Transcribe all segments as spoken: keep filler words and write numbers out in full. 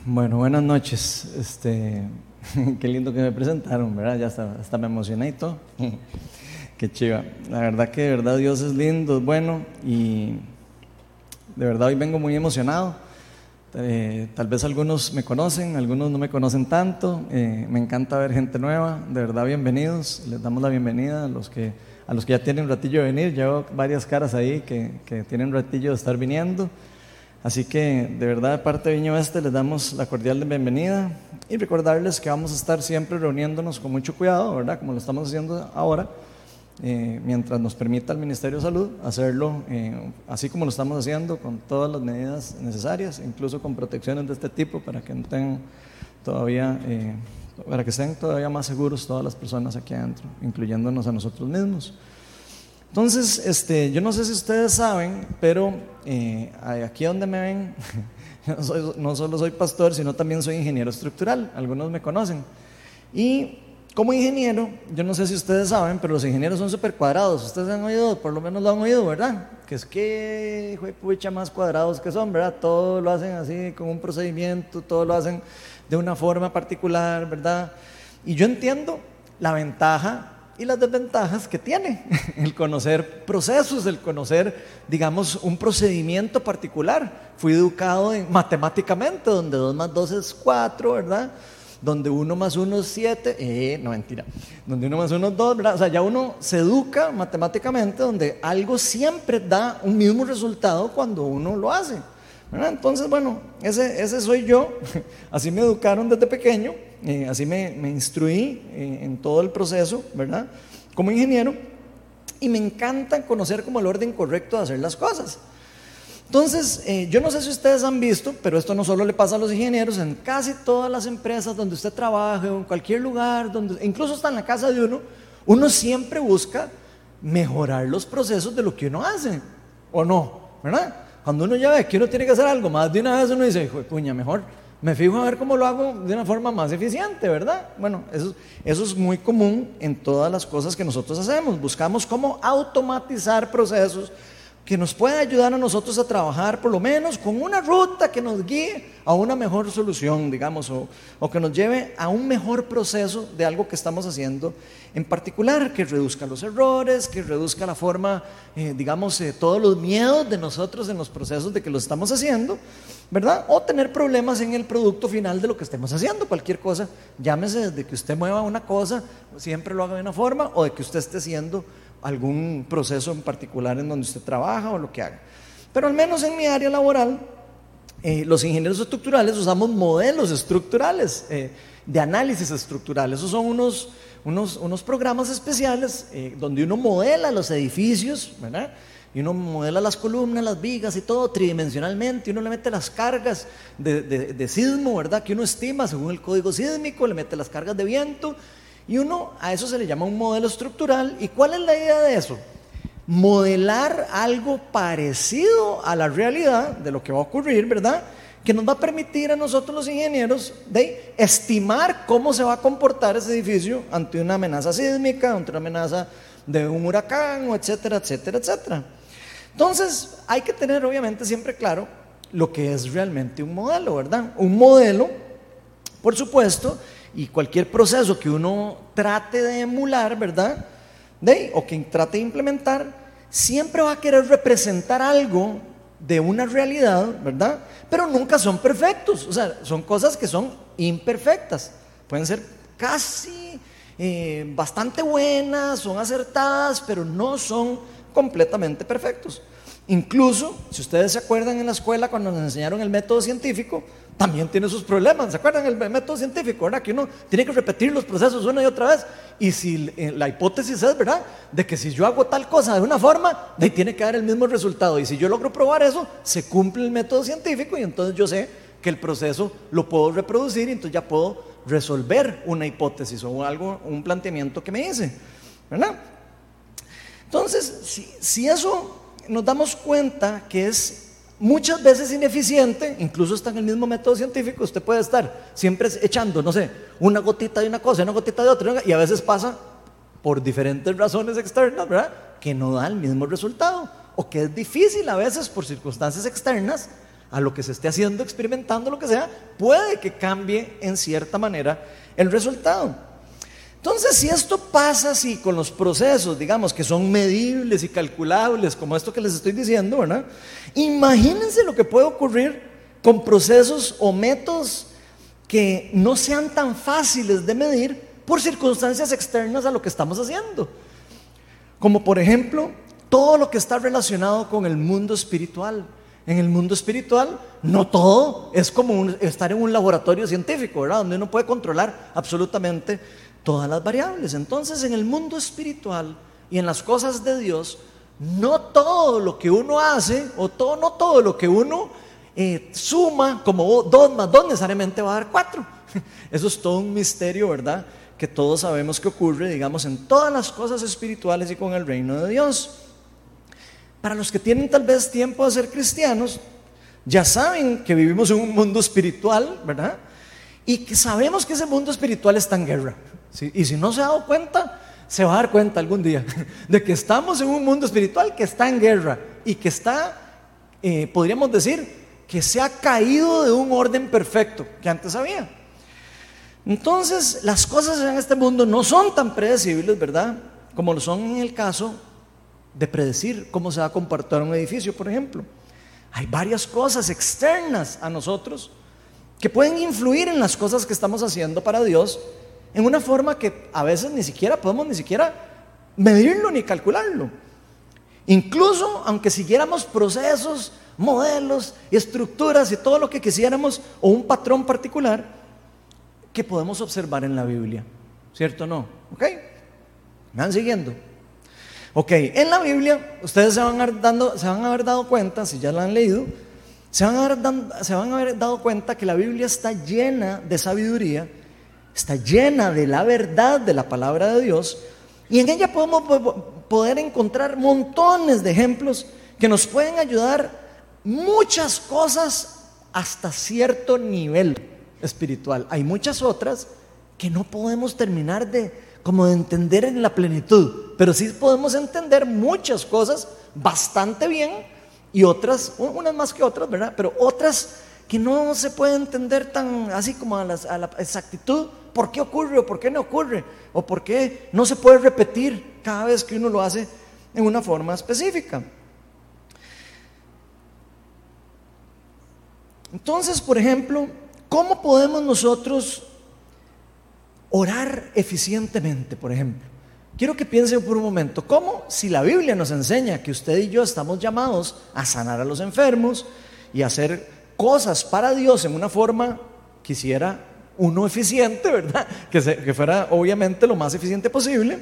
Bueno, buenas noches. Este, qué lindo que me presentaron, ¿verdad? Ya hasta, hasta me emocioné y todo. Qué chiva. La verdad que de verdad Dios es lindo, es bueno y de verdad hoy vengo muy emocionado. Eh, tal vez algunos me conocen, algunos no me conocen tanto. Eh, me encanta ver gente nueva. De verdad, bienvenidos. Les damos la bienvenida a los que, a los que ya tienen un ratillo de venir. Ya veo varias caras ahí que, que tienen un ratillo de estar viniendo. Así que de verdad de parte de Viña Oeste les damos la cordial bienvenida y recordarles que vamos a estar siempre reuniéndonos con mucho cuidado, ¿verdad? Como lo estamos haciendo ahora, eh, mientras nos permita el Ministerio de Salud hacerlo eh, así como lo estamos haciendo, con todas las medidas necesarias, incluso con protecciones de este tipo para que no tengan todavía, eh, para que estén todavía más seguros todas las personas aquí adentro, incluyéndonos a nosotros mismos. Entonces, este, yo no sé si ustedes saben, pero eh, aquí donde me ven, no, soy, no solo soy pastor, sino también soy ingeniero estructural. Algunos me conocen. Y como ingeniero, yo no sé si ustedes saben, pero los ingenieros son súper cuadrados. Ustedes han oído, por lo menos lo han oído, ¿verdad? Que es que, hijo de pucha, más cuadrados que son, ¿verdad? Todo lo hacen así, con un procedimiento, todo lo hacen de una forma particular, ¿verdad? Y yo entiendo la ventaja y las desventajas que tiene el conocer procesos, el conocer, digamos, un procedimiento particular. Fui educado en, matemáticamente, donde dos más dos es cuatro, ¿verdad? Donde uno más uno es siete, eh, no mentira, donde uno más uno es dos, ¿verdad? O sea, ya uno se educa matemáticamente, donde algo siempre da un mismo resultado cuando uno lo hace, ¿verdad? Entonces, bueno, ese, ese soy yo, así me educaron desde pequeño, eh, así me, me instruí eh, en todo el proceso, ¿verdad? Como ingeniero, y me encanta conocer como el orden correcto de hacer las cosas. Entonces, eh, yo no sé si ustedes han visto, pero esto no solo le pasa a los ingenieros, en casi todas las empresas donde usted trabaje, o en cualquier lugar, donde, incluso está en la casa de uno, uno siempre busca mejorar los procesos de lo que uno hace, ¿o no? ¿Verdad? Cuando uno ya ve que uno tiene que hacer algo más de una vez, uno dice, hijo de puña, mejor me fijo a ver cómo lo hago de una forma más eficiente, ¿verdad? Bueno, eso, eso es muy común en todas las cosas que nosotros hacemos. Buscamos cómo automatizar procesos que nos puedan ayudar a nosotros a trabajar por lo menos con una ruta que nos guíe a una mejor solución, digamos, o, o que nos lleve a un mejor proceso de algo que estamos haciendo en particular, que reduzca los errores, que reduzca la forma, eh, digamos, eh, todos los miedos de nosotros en los procesos de que lo estamos haciendo, ¿verdad? O tener problemas en el producto final de lo que estemos haciendo, cualquier cosa, llámese desde que usted mueva una cosa, siempre lo haga de una forma, o de que usted esté haciendo algún proceso en particular en donde usted trabaja o lo que haga. Pero al menos en mi área laboral, eh, los ingenieros estructurales usamos modelos estructurales, eh, de análisis estructural. Esos son unos, unos, unos programas especiales eh, donde uno modela los edificios, ¿verdad? Y uno modela las columnas, las vigas y todo tridimensionalmente, y uno le mete las cargas de, de, de sismo, ¿verdad? Que uno estima según el código sísmico, le mete las cargas de viento, y uno, a eso se le llama un modelo estructural. ¿Y cuál es la idea de eso? Modelar algo parecido a la realidad de lo que va a ocurrir, ¿verdad? Que nos va a permitir a nosotros los ingenieros de estimar cómo se va a comportar ese edificio ante una amenaza sísmica, ante una amenaza de un huracán, etcétera, etcétera, etcétera. Entonces, hay que tener obviamente siempre claro lo que es realmente un modelo, ¿verdad? Un modelo, por supuesto, y cualquier proceso que uno trate de emular, ¿verdad? De, o que trate de implementar, siempre va a querer representar algo de una realidad, ¿verdad? Pero nunca son perfectos, o sea, son cosas que son imperfectas, pueden ser casi eh, bastante buenas, son acertadas, pero no son completamente perfectos. Incluso, si ustedes se acuerdan en la escuela cuando nos enseñaron el método científico, también tiene sus problemas. ¿Se acuerdan el método científico, verdad? Que uno tiene que repetir los procesos una y otra vez. Y si la hipótesis es, ¿verdad?, de que si yo hago tal cosa de una forma, de ahí tiene que dar el mismo resultado. Y si yo logro probar eso, se cumple el método científico y entonces yo sé que el proceso lo puedo reproducir y entonces ya puedo resolver una hipótesis o algo, un planteamiento que me hice, ¿verdad? Entonces, si, si eso nos damos cuenta que es muchas veces ineficiente, incluso está en el mismo método científico, usted puede estar siempre echando, no sé, una gotita de una cosa, una gotita de otra, y a veces pasa por diferentes razones externas, ¿verdad?, que no da el mismo resultado, o que es difícil a veces por circunstancias externas a lo que se esté haciendo, experimentando, lo que sea, puede que cambie en cierta manera el resultado. Entonces, si esto pasa así con los procesos, digamos, que son medibles y calculables, como esto que les estoy diciendo, ¿verdad? Imagínense lo que puede ocurrir con procesos o métodos que no sean tan fáciles de medir por circunstancias externas a lo que estamos haciendo. Como por ejemplo, todo lo que está relacionado con el mundo espiritual. En el mundo espiritual, no todo es como un, estar en un laboratorio científico, ¿verdad? Donde uno puede controlar absolutamente todas las variables. Entonces, en el mundo espiritual y en las cosas de Dios, no todo lo que uno hace, o todo, no todo lo que uno eh, suma como dos más dos necesariamente va a dar cuatro. Eso es todo un misterio, ¿verdad? Que todos sabemos que ocurre, digamos, en todas las cosas espirituales y con el reino de Dios. Para los que tienen tal vez tiempo de ser cristianos, ya saben que vivimos en un mundo espiritual, ¿verdad? Y que sabemos que ese mundo espiritual está en guerra, ¿sí? Y si no se ha dado cuenta, se va a dar cuenta algún día de que estamos en un mundo espiritual que está en guerra y que está, eh, podríamos decir, que se ha caído de un orden perfecto que antes había. Entonces, las cosas en este mundo no son tan predecibles, ¿verdad? Como lo son en el caso de predecir cómo se va a comportar un edificio, por ejemplo. Hay varias cosas externas a nosotros que pueden influir en las cosas que estamos haciendo para Dios en una forma que a veces ni siquiera podemos ni siquiera medirlo ni calcularlo. Incluso aunque siguiéramos procesos, modelos, estructuras y todo lo que quisiéramos, o un patrón particular que podemos observar en la Biblia, ¿cierto o no? ¿Ok? ¿Me van siguiendo? Ok, en la Biblia ustedes se van a haber, dando, se van a haber dado cuenta, si ya la han leído, se van, a haber dan, se van a haber dado cuenta que la Biblia está llena de sabiduría, está llena de la verdad de la palabra de Dios, y en ella podemos poder encontrar montones de ejemplos que nos pueden ayudar muchas cosas hasta cierto nivel espiritual. Hay muchas otras que no podemos terminar de como de entender en la plenitud, pero sí podemos entender muchas cosas bastante bien, y otras, unas más que otras, ¿verdad? Pero otras que no se puede entender tan así como a, las, a la exactitud, por qué ocurre o por qué no ocurre, o por qué no se puede repetir cada vez que uno lo hace en una forma específica. Entonces, por ejemplo, ¿cómo podemos nosotros orar eficientemente, por ejemplo? Quiero que piensen por un momento, ¿cómo si la Biblia nos enseña que usted y yo estamos llamados a sanar a los enfermos y a hacer cosas para Dios en una forma, quisiera uno eficiente, ¿verdad? Que, se, que fuera obviamente lo más eficiente posible.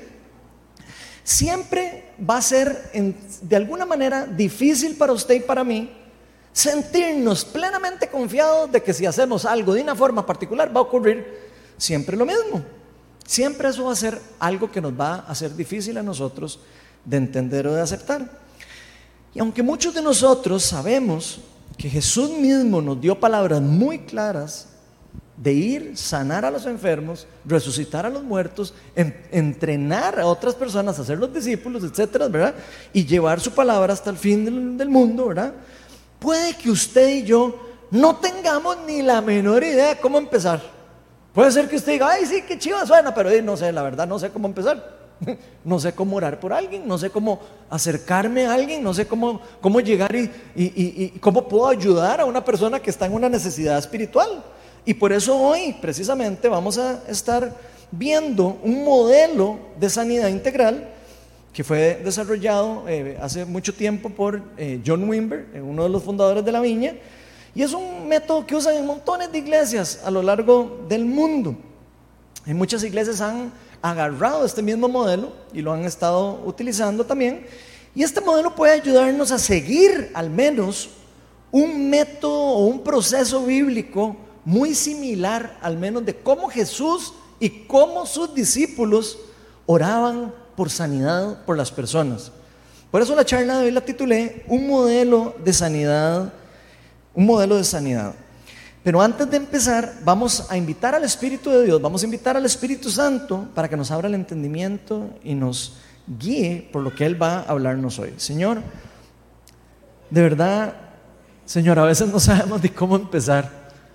Siempre va a ser en, de alguna manera difícil para usted y para mí sentirnos plenamente confiados de que si hacemos algo de una forma particular va a ocurrir siempre lo mismo. Siempre eso va a ser algo que nos va a hacer difícil a nosotros de entender o de aceptar. Y aunque muchos de nosotros sabemos que Jesús mismo nos dio palabras muy claras de ir, sanar a los enfermos, resucitar a los muertos, en, entrenar a otras personas a ser los discípulos, etcétera, ¿verdad? Y llevar su palabra hasta el fin del, del mundo, ¿verdad? Puede que usted y yo no tengamos ni la menor idea de cómo empezar. Puede ser que usted diga, ay, sí, qué chiva suena, pero no sé, la verdad no sé cómo empezar. No sé cómo orar por alguien, no sé cómo acercarme a alguien, no sé cómo, cómo llegar y, y, y, y cómo puedo ayudar a una persona que está en una necesidad espiritual. Y por eso hoy precisamente vamos a estar viendo un modelo de sanidad integral que fue desarrollado eh, hace mucho tiempo por eh, John Wimber, uno de los fundadores de la Viña, y es un método que usan en montones de iglesias a lo largo del mundo. Y muchas iglesias han agarrado este mismo modelo y lo han estado utilizando también, y este modelo puede ayudarnos a seguir al menos un método o un proceso bíblico muy similar, al menos de cómo Jesús y cómo sus discípulos oraban por sanidad por las personas. Por eso la charla de hoy la titulé Un modelo de sanidad, un modelo de sanidad. Pero antes de empezar, vamos a invitar al Espíritu de Dios, vamos a invitar al Espíritu Santo para que nos abra el entendimiento y nos guíe por lo que Él va a hablarnos hoy. Señor, de verdad Señor, a veces no sabemos de cómo empezar.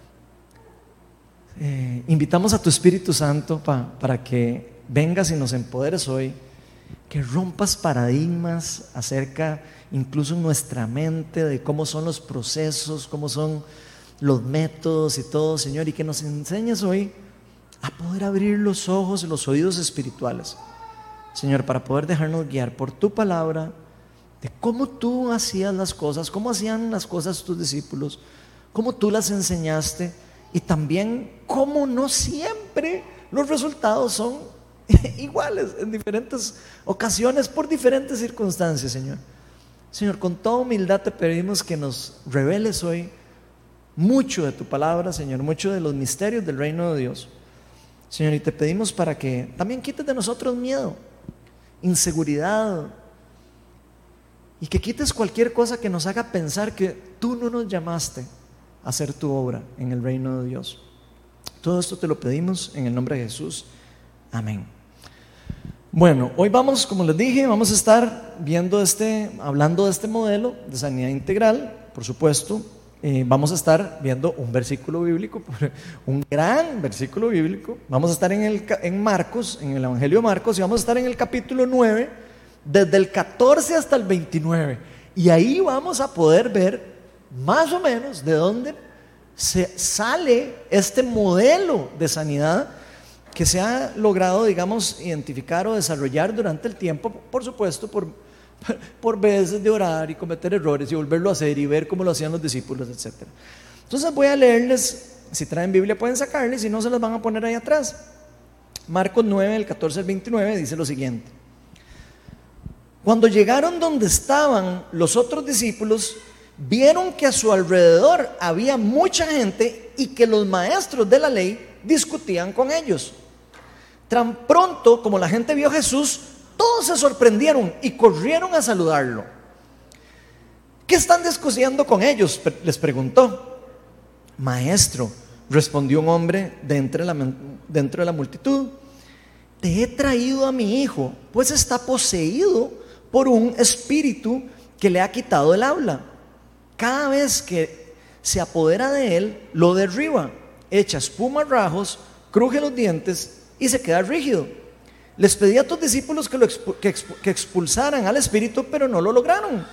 Eh, invitamos a tu Espíritu Santo pa, para que vengas y nos empoderes hoy, que rompas paradigmas acerca, incluso en nuestra mente, de cómo son los procesos, cómo son los métodos y todo, Señor, y que nos enseñes hoy a poder abrir los ojos y los oídos espirituales, Señor, para poder dejarnos guiar por tu palabra, de cómo tú hacías las cosas, cómo hacían las cosas tus discípulos, cómo tú las enseñaste, y también cómo no siempre los resultados son iguales en diferentes ocasiones, por diferentes circunstancias, Señor. Señor, con toda humildad te pedimos que nos reveles hoy mucho de tu palabra, Señor, mucho de los misterios del reino de Dios, Señor, y te pedimos para que también quites de nosotros miedo, inseguridad, y que quites cualquier cosa que nos haga pensar que tú no nos llamaste a hacer tu obra en el reino de Dios. Todo esto te lo pedimos en el nombre de Jesús, amén. Bueno, hoy vamos, como les dije, vamos a estar viendo este, hablando de este modelo de sanidad integral. Por supuesto, eh, vamos a estar viendo un versículo bíblico, un gran versículo bíblico. Vamos a estar en, el, en Marcos, en el Evangelio de Marcos, y vamos a estar en el capítulo nueve, desde el catorce hasta el veintinueve, y ahí vamos a poder ver más o menos de dónde se sale este modelo de sanidad que se ha logrado, digamos, identificar o desarrollar durante el tiempo, por supuesto, por, por veces de orar y cometer errores y volverlo a hacer y ver cómo lo hacían los discípulos, etcétera. Entonces voy a leerles, si traen Biblia pueden sacarles, si no se las van a poner ahí atrás. Marcos nueve, del catorce al veintinueve, dice lo siguiente: cuando llegaron donde estaban los otros discípulos, vieron que a su alrededor había mucha gente y que los maestros de la ley discutían con ellos. Tan pronto como la gente vio a Jesús, todos se sorprendieron y corrieron a saludarlo. ¿Qué están discutiendo con ellos?, les preguntó. Maestro, respondió un hombre de entre la, dentro de la multitud, te he traído a mi hijo, pues está poseído por un espíritu que le ha quitado el habla. Cada vez que se apodera de él, lo derriba, echa espuma a rajos, cruje los dientes y se queda rígido. Les pedí a tus discípulos que, lo expu- que, expu- que expulsaran al espíritu, pero no lo lograron.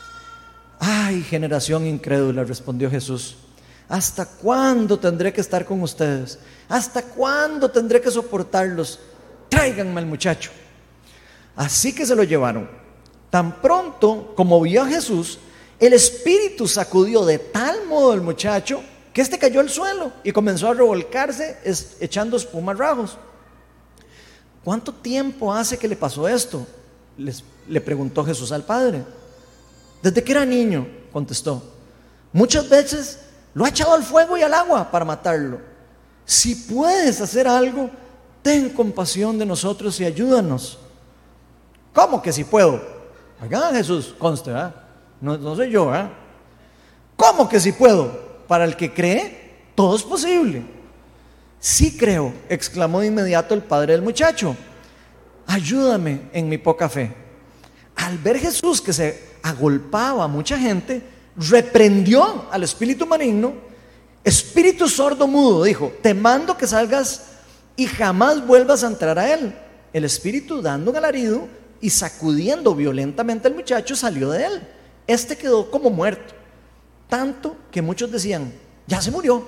Ay, generación incrédula, respondió Jesús, ¿hasta cuándo tendré que estar con ustedes? ¿Hasta cuándo tendré que soportarlos? Tráiganme al muchacho. Así que se lo llevaron. Tan pronto como vio a Jesús, el espíritu sacudió de tal modo al muchacho que éste cayó al suelo y comenzó a revolcarse es, echando espuma a rajos. ¿Cuánto tiempo hace que le pasó esto?, Les, le preguntó Jesús al padre. Desde que era niño, contestó. Muchas veces lo ha echado al fuego y al agua para matarlo. Si puedes hacer algo, ten compasión de nosotros y ayúdanos. ¿Cómo que si puedo? Oigan, Jesús, conste, ¿eh? no, no soy yo, ¿eh? ¿Cómo que si puedo? Para el que cree, todo es posible. Sí creo, exclamó de inmediato el padre del muchacho. Ayúdame en mi poca fe. Al ver Jesús que se agolpaba a mucha gente, reprendió al espíritu maligno. Espíritu sordo mudo, dijo, te mando que salgas y jamás vuelvas a entrar a él. El espíritu, dando un alarido y sacudiendo violentamente al muchacho, salió de él. Este quedó como muerto, tanto que muchos decían, ya se murió.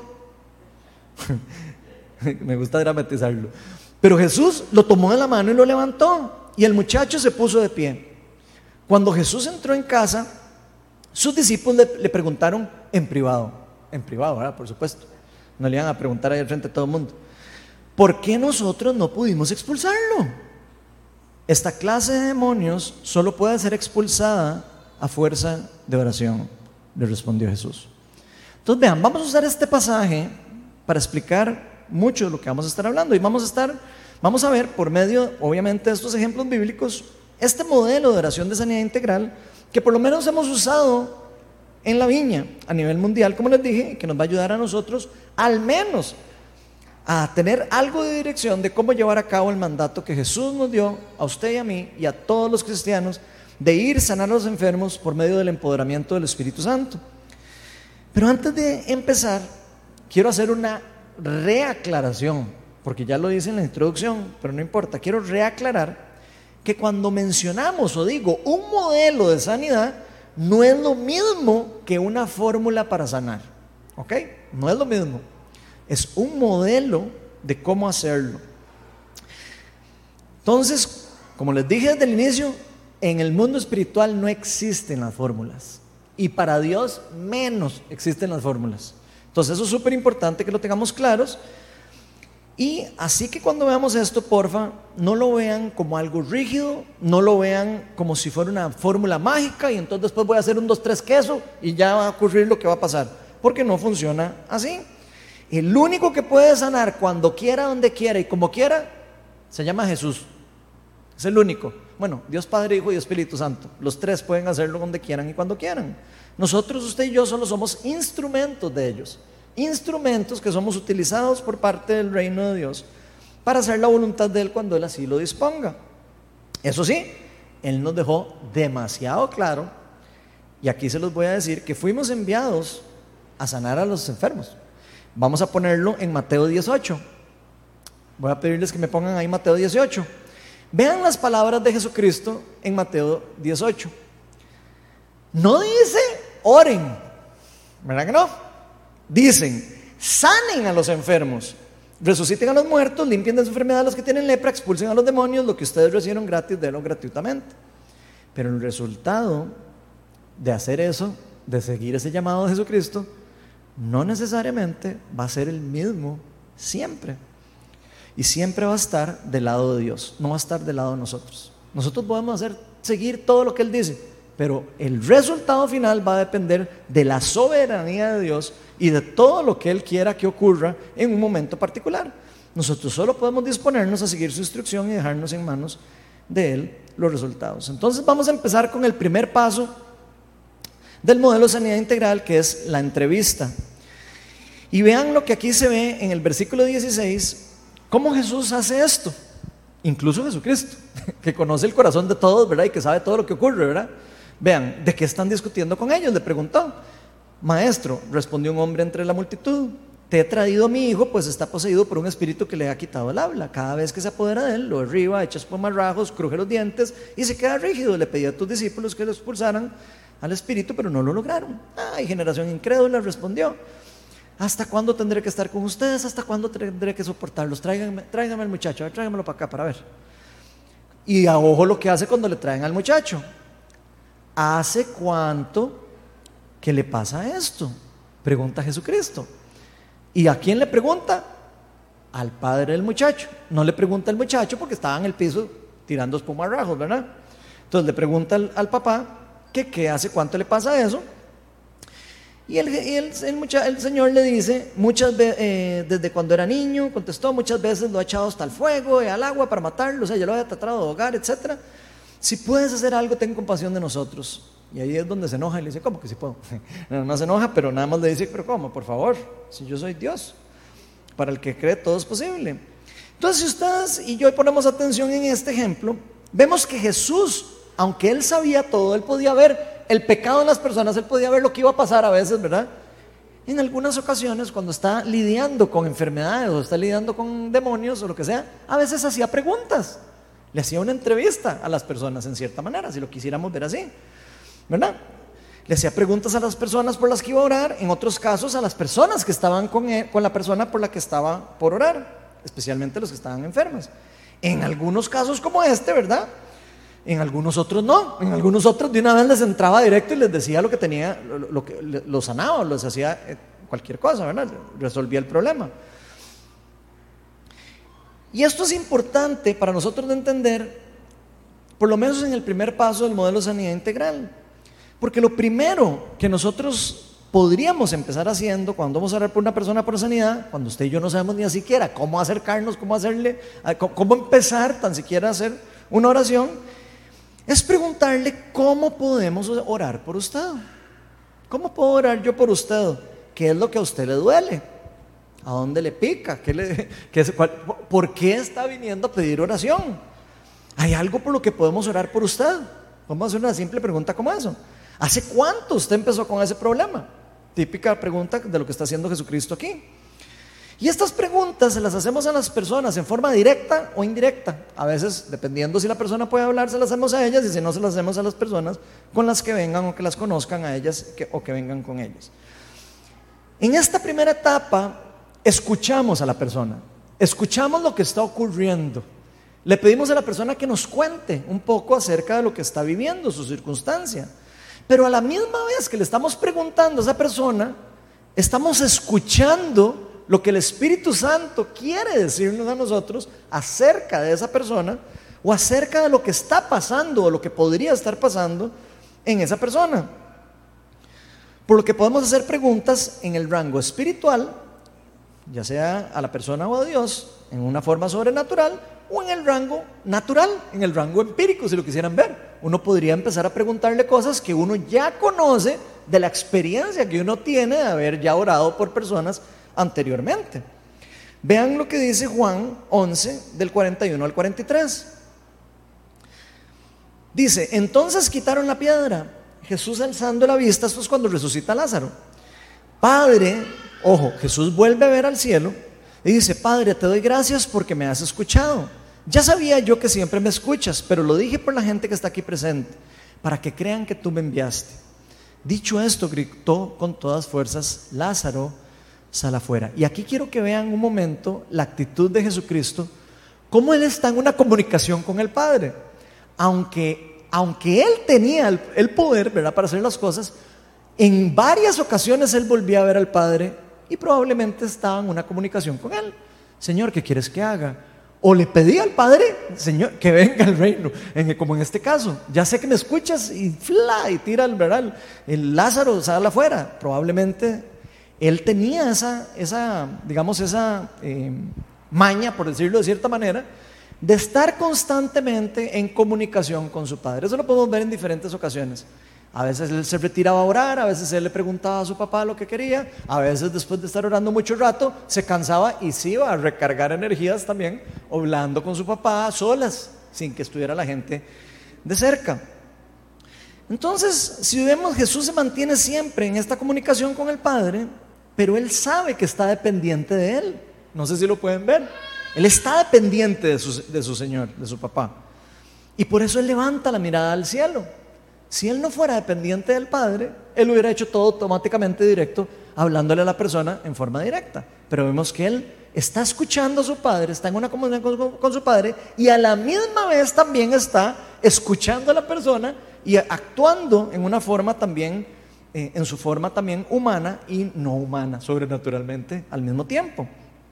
Me gusta dramatizarlo. Pero Jesús lo tomó de la mano y lo levantó, y el muchacho se puso de pie. Cuando Jesús entró en casa, sus discípulos le, le preguntaron en privado, en privado, ¿verdad? Por supuesto, no le iban a preguntar ahí al frente a todo el mundo, ¿por qué nosotros no pudimos expulsarlo? Esta clase de demonios solo puede ser expulsada a fuerza de oración, le respondió Jesús. Entonces vean, vamos a usar este pasaje para explicar mucho de lo que vamos a estar hablando, y vamos a estar, vamos a ver por medio, obviamente, de estos ejemplos bíblicos, este modelo de oración de sanidad integral que por lo menos hemos usado en la viña a nivel mundial, como les dije, que nos va a ayudar a nosotros al menos a tener algo de dirección de cómo llevar a cabo el mandato que Jesús nos dio a usted y a mí y a todos los cristianos, de ir a sanar a los enfermos por medio del empoderamiento del Espíritu Santo. Pero antes de empezar, quiero hacer una reaclaración, porque ya lo dice en la introducción, pero no importa, quiero reaclarar que cuando mencionamos o digo un modelo de sanidad, no es lo mismo que una fórmula para sanar, ¿ok? No es lo mismo, es un modelo de cómo hacerlo. Entonces, como les dije desde el inicio, en el mundo espiritual no existen las fórmulas, y para Dios menos existen las fórmulas. Entonces eso es súper importante que lo tengamos claros. Y así que cuando veamos esto, porfa, no lo vean como algo rígido, no lo vean como si fuera una fórmula mágica y entonces después voy a hacer un dos, tres queso y ya va a ocurrir lo que va a pasar, porque no funciona así. El único que puede sanar cuando quiera, donde quiera y como quiera, se llama Jesús. Es el único. Bueno, Dios Padre, Hijo y Espíritu Santo. Los tres pueden hacerlo donde quieran y cuando quieran. Nosotros, usted y yo, solo somos instrumentos de ellos. Instrumentos que somos utilizados por parte del reino de Dios para hacer la voluntad de Él cuando Él así lo disponga. Eso sí, Él nos dejó demasiado claro, y aquí se los voy a decir, que fuimos enviados a sanar a los enfermos. Vamos a ponerlo en Mateo dieciocho. Voy a pedirles que me pongan ahí Mateo dieciocho. Vean las palabras de Jesucristo en Mateo dieciocho. No dice oren, ¿verdad que no? Dicen, sanen a los enfermos, resuciten a los muertos, limpien de su enfermedad a los que tienen lepra, expulsen a los demonios, lo que ustedes recibieron gratis, denlo gratuitamente. Pero el resultado de hacer eso, de seguir ese llamado de Jesucristo, no necesariamente va a ser el mismo siempre. Y siempre va a estar del lado de Dios, no va a estar del lado de nosotros. Nosotros podemos hacer, seguir todo lo que Él dice, pero el resultado final va a depender de la soberanía de Dios y de todo lo que Él quiera que ocurra en un momento particular. Nosotros solo podemos disponernos a seguir su instrucción y dejarnos en manos de Él los resultados. Entonces vamos a empezar con el primer paso del modelo de sanidad integral, que es la entrevista. Y vean lo que aquí se ve en el versículo dieciséis, cómo Jesús hace esto. Incluso Jesucristo, que conoce el corazón de todos, ¿verdad? Y que sabe todo lo que ocurre, ¿verdad? Vean, ¿de qué están discutiendo con ellos? Le preguntó. Maestro, respondió un hombre entre la multitud, te he traído a mi hijo, pues está poseído por un espíritu que le ha quitado el habla. Cada vez que se apodera de él, lo derriba, echa espumarrajos, cruje los dientes y se queda rígido. Le pedí a tus discípulos que lo expulsaran al espíritu, pero no lo lograron. Ay, generación incrédula, respondió. ¿Hasta cuándo tendré que estar con ustedes? ¿Hasta cuándo tendré que soportarlos? Tráiganme, tráiganme al muchacho, a ver, tráiganmelo para acá para ver. Y a ojo lo que hace cuando le traen al muchacho. ¿Hace cuánto que le pasa esto? Pregunta Jesucristo. ¿Y a quién le pregunta? Al padre del muchacho. No le pregunta al muchacho porque estaba en el piso tirando espumarrajos, ¿verdad? Entonces le pregunta al, al papá que qué hace cuánto le pasa eso. Y el, el, el, mucha, el Señor le dice, muchas veces, eh, desde cuando era niño, contestó, muchas veces lo ha echado hasta el fuego y al agua para matarlo, o sea, ya lo había tratado de ahogar, etcétera. Si puedes hacer algo, ten compasión de nosotros. Y ahí es donde se enoja y le dice, ¿cómo que sí puedo? No, no se enoja, pero nada más le dice, pero ¿cómo? Por favor, si yo soy Dios. Para el que cree todo es posible. Entonces, si ustedes y yo ponemos atención en este ejemplo, vemos que Jesús, aunque Él sabía todo, Él podía ver el pecado en las personas, Él podía ver lo que iba a pasar a veces, ¿verdad? En algunas ocasiones, cuando está lidiando con enfermedades o está lidiando con demonios o lo que sea, a veces hacía preguntas. Le hacía una entrevista a las personas en cierta manera, si lo quisiéramos ver así, ¿verdad? Le hacía preguntas a las personas por las que iba a orar, en otros casos a las personas que estaban con, él, con la persona por la que estaba por orar, especialmente los que estaban enfermos. En algunos casos como este, ¿verdad? En algunos otros no, en algunos otros de una vez les entraba directo y les decía lo que tenía, lo, lo que lo sanaba, les hacía cualquier cosa, ¿verdad? Resolvía el problema. Y esto es importante para nosotros de entender, por lo menos en el primer paso del modelo de sanidad integral, porque lo primero que nosotros podríamos empezar haciendo cuando vamos a orar por una persona por sanidad, cuando usted y yo no sabemos ni siquiera cómo acercarnos, cómo hacerle, cómo empezar tan siquiera a hacer una oración, es preguntarle cómo podemos orar por usted. ¿Cómo puedo orar yo por usted? ¿Qué es lo que a usted le duele? ¿A dónde le pica? ¿Qué le, qué, cuál, ¿Por qué está viniendo a pedir oración? ¿Hay algo por lo que podemos orar por usted? Vamos a hacer una simple pregunta como eso. ¿Hace cuánto usted empezó con ese problema? Típica pregunta de lo que está haciendo Jesucristo aquí. Y estas preguntas se las hacemos a las personas en forma directa o indirecta. A veces, dependiendo si la persona puede hablar, se las hacemos a ellas, y si no, se las hacemos a las personas con las que vengan o que las conozcan a ellas que, o que vengan con ellas. En esta primera etapa, escuchamos a la persona, escuchamos lo que está ocurriendo. Le pedimos a la persona que nos cuente un poco acerca de lo que está viviendo, su circunstancia. Pero a la misma vez que le estamos preguntando a esa persona, estamos escuchando lo que el Espíritu Santo quiere decirnos a nosotros acerca de esa persona, o acerca de lo que está pasando o lo que podría estar pasando en esa persona. Por lo que podemos hacer preguntas en el rango espiritual, ya sea a la persona o a Dios, en una forma sobrenatural, o en el rango natural, en el rango empírico, si lo quisieran ver. Uno podría empezar a preguntarle cosas que uno ya conoce de la experiencia que uno tiene de haber ya orado por personas anteriormente. Vean lo que dice Juan once, del cuarenta y uno al cuarenta y tres. Dice: entonces quitaron la piedra. Jesús, alzando la vista, esto es cuando resucita a Lázaro. Padre, ojo, Jesús vuelve a ver al cielo y dice: Padre, te doy gracias porque me has escuchado. Ya sabía yo que siempre me escuchas, pero lo dije por la gente que está aquí presente, para que crean que tú me enviaste. Dicho esto, gritó con todas fuerzas: Lázaro, sal afuera. Y aquí quiero que vean un momento la actitud de Jesucristo, cómo Él está en una comunicación con el Padre. Aunque, aunque Él tenía el, el poder, ¿verdad?, para hacer las cosas, en varias ocasiones Él volvía a ver al Padre y probablemente estaba en una comunicación con Él. Señor, ¿qué quieres que haga? O le pedía al Padre: Señor, que venga el reino, en, como en este caso, ya sé que me escuchas, y fla, y tira el, ¿verdad?, el Lázaro, sale afuera. Probablemente Él tenía esa, esa digamos, esa eh, maña, por decirlo de cierta manera, de estar constantemente en comunicación con su Padre. Eso lo podemos ver en diferentes ocasiones. A veces Él se retiraba a orar, a veces Él le preguntaba a su papá lo que quería, a veces después de estar orando mucho rato, se cansaba y se iba a recargar energías también, hablando con su papá a solas, sin que estuviera la gente de cerca. Entonces, si vemos, Jesús se mantiene siempre en esta comunicación con el Padre, pero Él sabe que está dependiente de Él. No sé si lo pueden ver. Él está dependiente de su, de su Señor, de su papá. Y por eso Él levanta la mirada al cielo. Si Él no fuera dependiente del Padre, Él hubiera hecho todo automáticamente directo, hablándole a la persona en forma directa. Pero vemos que Él está escuchando a su Padre, está en una comunicación con, con su Padre, y a la misma vez también está escuchando a la persona y actuando en una forma también, eh, en su forma también humana y no humana, sobrenaturalmente al mismo tiempo.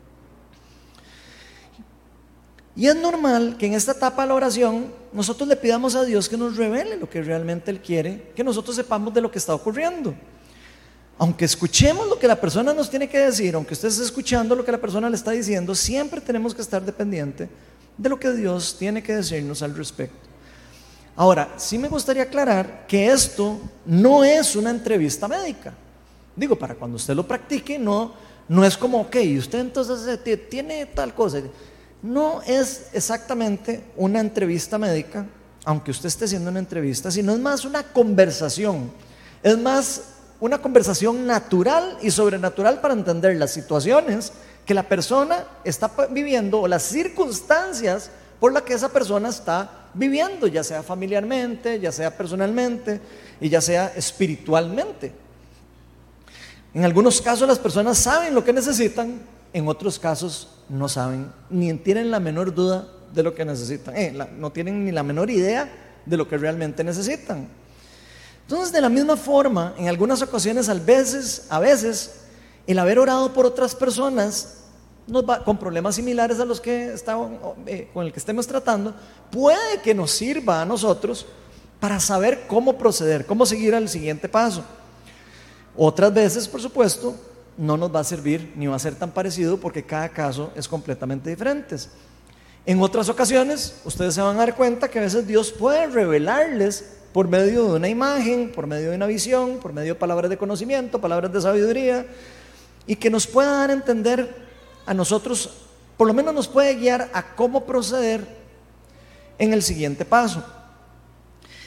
Y es normal que en esta etapa de la oración nosotros le pidamos a Dios que nos revele lo que realmente Él quiere, que nosotros sepamos de lo que está ocurriendo. Aunque escuchemos lo que la persona nos tiene que decir, aunque usted esté escuchando lo que la persona le está diciendo, siempre tenemos que estar dependiente de lo que Dios tiene que decirnos al respecto. Ahora, sí me gustaría aclarar que esto no es una entrevista médica. Digo, para cuando usted lo practique, no, no es como, ok, usted entonces tiene tal cosa. No es exactamente una entrevista médica, aunque usted esté haciendo una entrevista, sino es más una conversación. Es más una conversación natural y sobrenatural para entender las situaciones que la persona está viviendo o las circunstancias por las que esa persona está viviendo, ya sea familiarmente, ya sea personalmente y ya sea espiritualmente. En algunos casos las personas saben lo que necesitan, en otros casos no saben, ni tienen la menor duda de lo que necesitan, eh, la, no tienen ni la menor idea de lo que realmente necesitan. Entonces, de la misma forma, en algunas ocasiones, a veces, a veces el haber orado por otras personas nos va, con problemas similares a los que estamos, eh, con el que estemos tratando, puede que nos sirva a nosotros para saber cómo proceder, cómo seguir al siguiente paso. Otras veces, por supuesto, no nos va a servir ni va a ser tan parecido, porque cada caso es completamente diferente. En otras ocasiones, ustedes se van a dar cuenta que a veces Dios puede revelarles por medio de una imagen, por medio de una visión, por medio de palabras de conocimiento, palabras de sabiduría, y que nos pueda dar a entender a nosotros, por lo menos nos puede guiar a cómo proceder en el siguiente paso.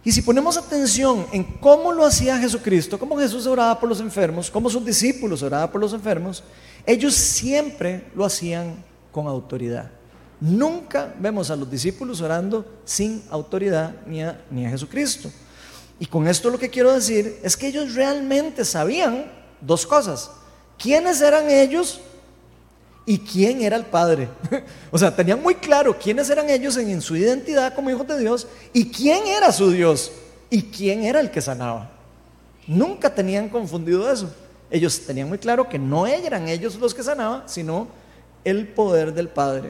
Y si ponemos atención en cómo lo hacía Jesucristo, cómo Jesús oraba por los enfermos, cómo sus discípulos oraban por los enfermos, ellos siempre lo hacían con autoridad. Nunca vemos a los discípulos orando sin autoridad ni a, ni a Jesucristo. Y con esto lo que quiero decir es que ellos realmente sabían dos cosas: quiénes eran ellos y quién era el Padre. O sea, tenían muy claro quiénes eran ellos en, en su identidad como hijos de Dios, y quién era su Dios y quién era el que sanaba. Nunca tenían confundido eso. Ellos tenían muy claro que no eran ellos los que sanaban, sino el poder del Padre.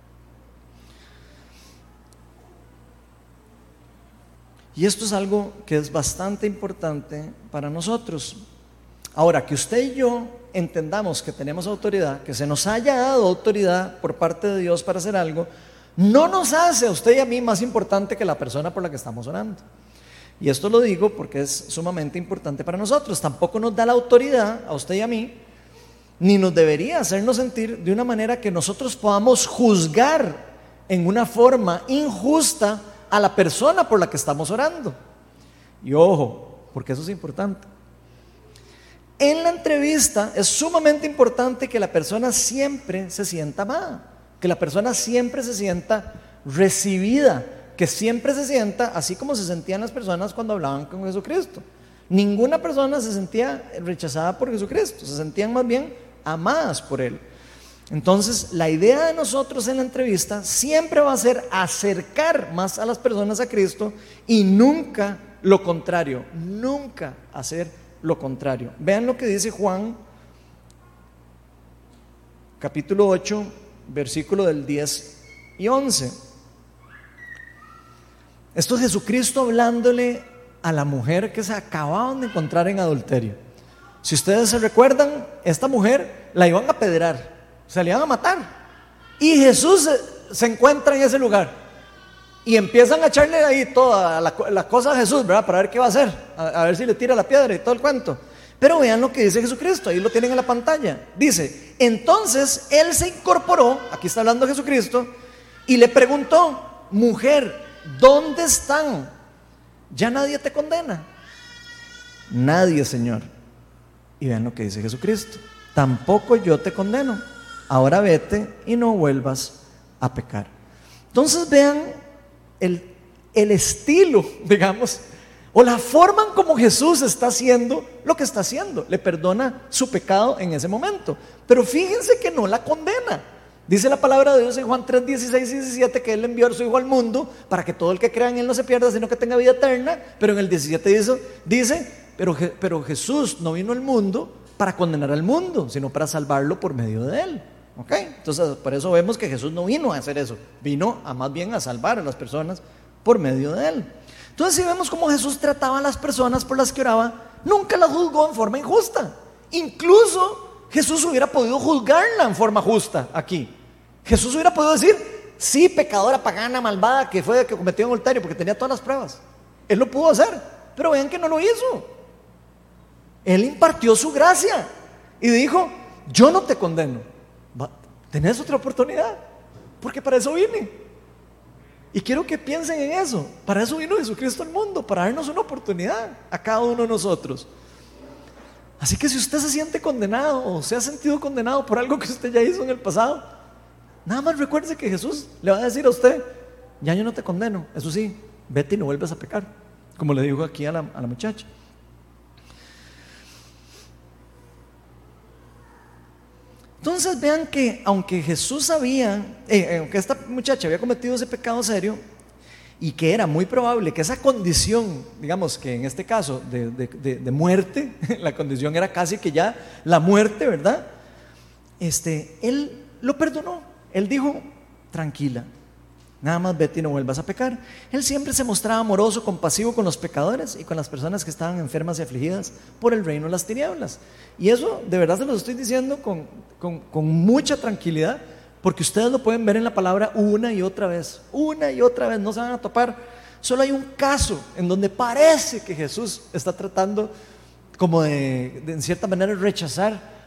Y esto es algo que es bastante importante para nosotros. Ahora, que usted y yo entendamos que tenemos autoridad, que se nos haya dado autoridad por parte de Dios para hacer algo, no nos hace a usted y a mí más importante que la persona por la que estamos orando. Y esto lo digo porque es sumamente importante para nosotros. Tampoco nos da la autoridad a usted y a mí, ni nos debería hacernos sentir de una manera que nosotros podamos juzgar en una forma injusta a la persona por la que estamos orando. Y ojo, porque eso es importante. En la entrevista es sumamente importante que la persona siempre se sienta amada, que la persona siempre se sienta recibida, que siempre se sienta así como se sentían las personas cuando hablaban con Jesucristo. Ninguna persona se sentía rechazada por Jesucristo, se sentían más bien amadas por Él. Entonces, la idea de nosotros en la entrevista siempre va a ser acercar más a las personas a Cristo y nunca lo contrario, nunca hacer lo contrario. Vean lo que dice Juan, capítulo ocho, versículo del diez y once. Esto es Jesucristo hablándole a la mujer que se acababan de encontrar en adulterio. Si ustedes se recuerdan, esta mujer la iban a apedrear, se le iban a matar, y Jesús se, se encuentra en ese lugar y empiezan a echarle ahí toda la, la cosa a Jesús, ¿verdad? Para ver qué va a hacer, a, a ver si le tira la piedra y todo el cuento. Pero vean lo que dice Jesucristo, ahí lo tienen en la pantalla. Dice: entonces Él se incorporó, aquí está hablando Jesucristo, y le preguntó: mujer, ¿dónde están? ¿Ya nadie te condena? Nadie, Señor. Y vean lo que dice Jesucristo: tampoco yo te condeno. Ahora vete y no vuelvas a pecar. Entonces vean el, el estilo, digamos, o la forma en como Jesús está haciendo lo que está haciendo. Le perdona su pecado en ese momento, pero fíjense que no la condena. Dice la palabra de Dios en Juan tres, dieciséis y diecisiete que Él envió a su Hijo al mundo para que todo el que crea en Él no se pierda, sino que tenga vida eterna. Pero en el diecisiete dice, dice pero, pero Jesús no vino al mundo para condenar al mundo, sino para salvarlo por medio de Él. ¿Ok? Entonces, por eso vemos que Jesús no vino a hacer eso, vino a más bien a salvar a las personas por medio de Él. Entonces, si vemos cómo Jesús trataba a las personas por las que oraba, nunca las juzgó en forma injusta. Incluso Jesús hubiera podido juzgarla en forma justa aquí. Jesús hubiera podido decir: sí, pecadora, pagana, malvada, que fue la que cometió adulterio, porque tenía todas las pruebas. Él lo pudo hacer, pero vean que no lo hizo. Él impartió su gracia y dijo: yo no te condeno, tenés otra oportunidad, porque para eso vine. Y quiero que piensen en eso. Para eso vino Jesucristo al mundo, para darnos una oportunidad a cada uno de nosotros. Así que si usted se siente condenado o se ha sentido condenado por algo que usted ya hizo en el pasado, nada más recuerde que Jesús le va a decir a usted: ya yo no te condeno, eso sí, vete y no vuelvas a pecar, como le dijo aquí a la, a la muchacha. Entonces vean que aunque Jesús sabía, eh, aunque esta muchacha había cometido ese pecado serio, y que era muy probable que esa condición, digamos que en este caso de, de, de, de muerte, la condición era casi que ya la muerte, ¿verdad? Este, Él lo perdonó. Él dijo: tranquila, nada más vete y no vuelvas a pecar. Él siempre se mostraba amoroso, compasivo con los pecadores y con las personas que estaban enfermas y afligidas por el reino de las tinieblas. Y eso de verdad se lo estoy diciendo con, con, con mucha tranquilidad, porque ustedes lo pueden ver en la palabra una y otra vez, una y otra vez, no se van a topar. Solo hay un caso en donde parece que Jesús está tratando como de, de en cierta manera rechazar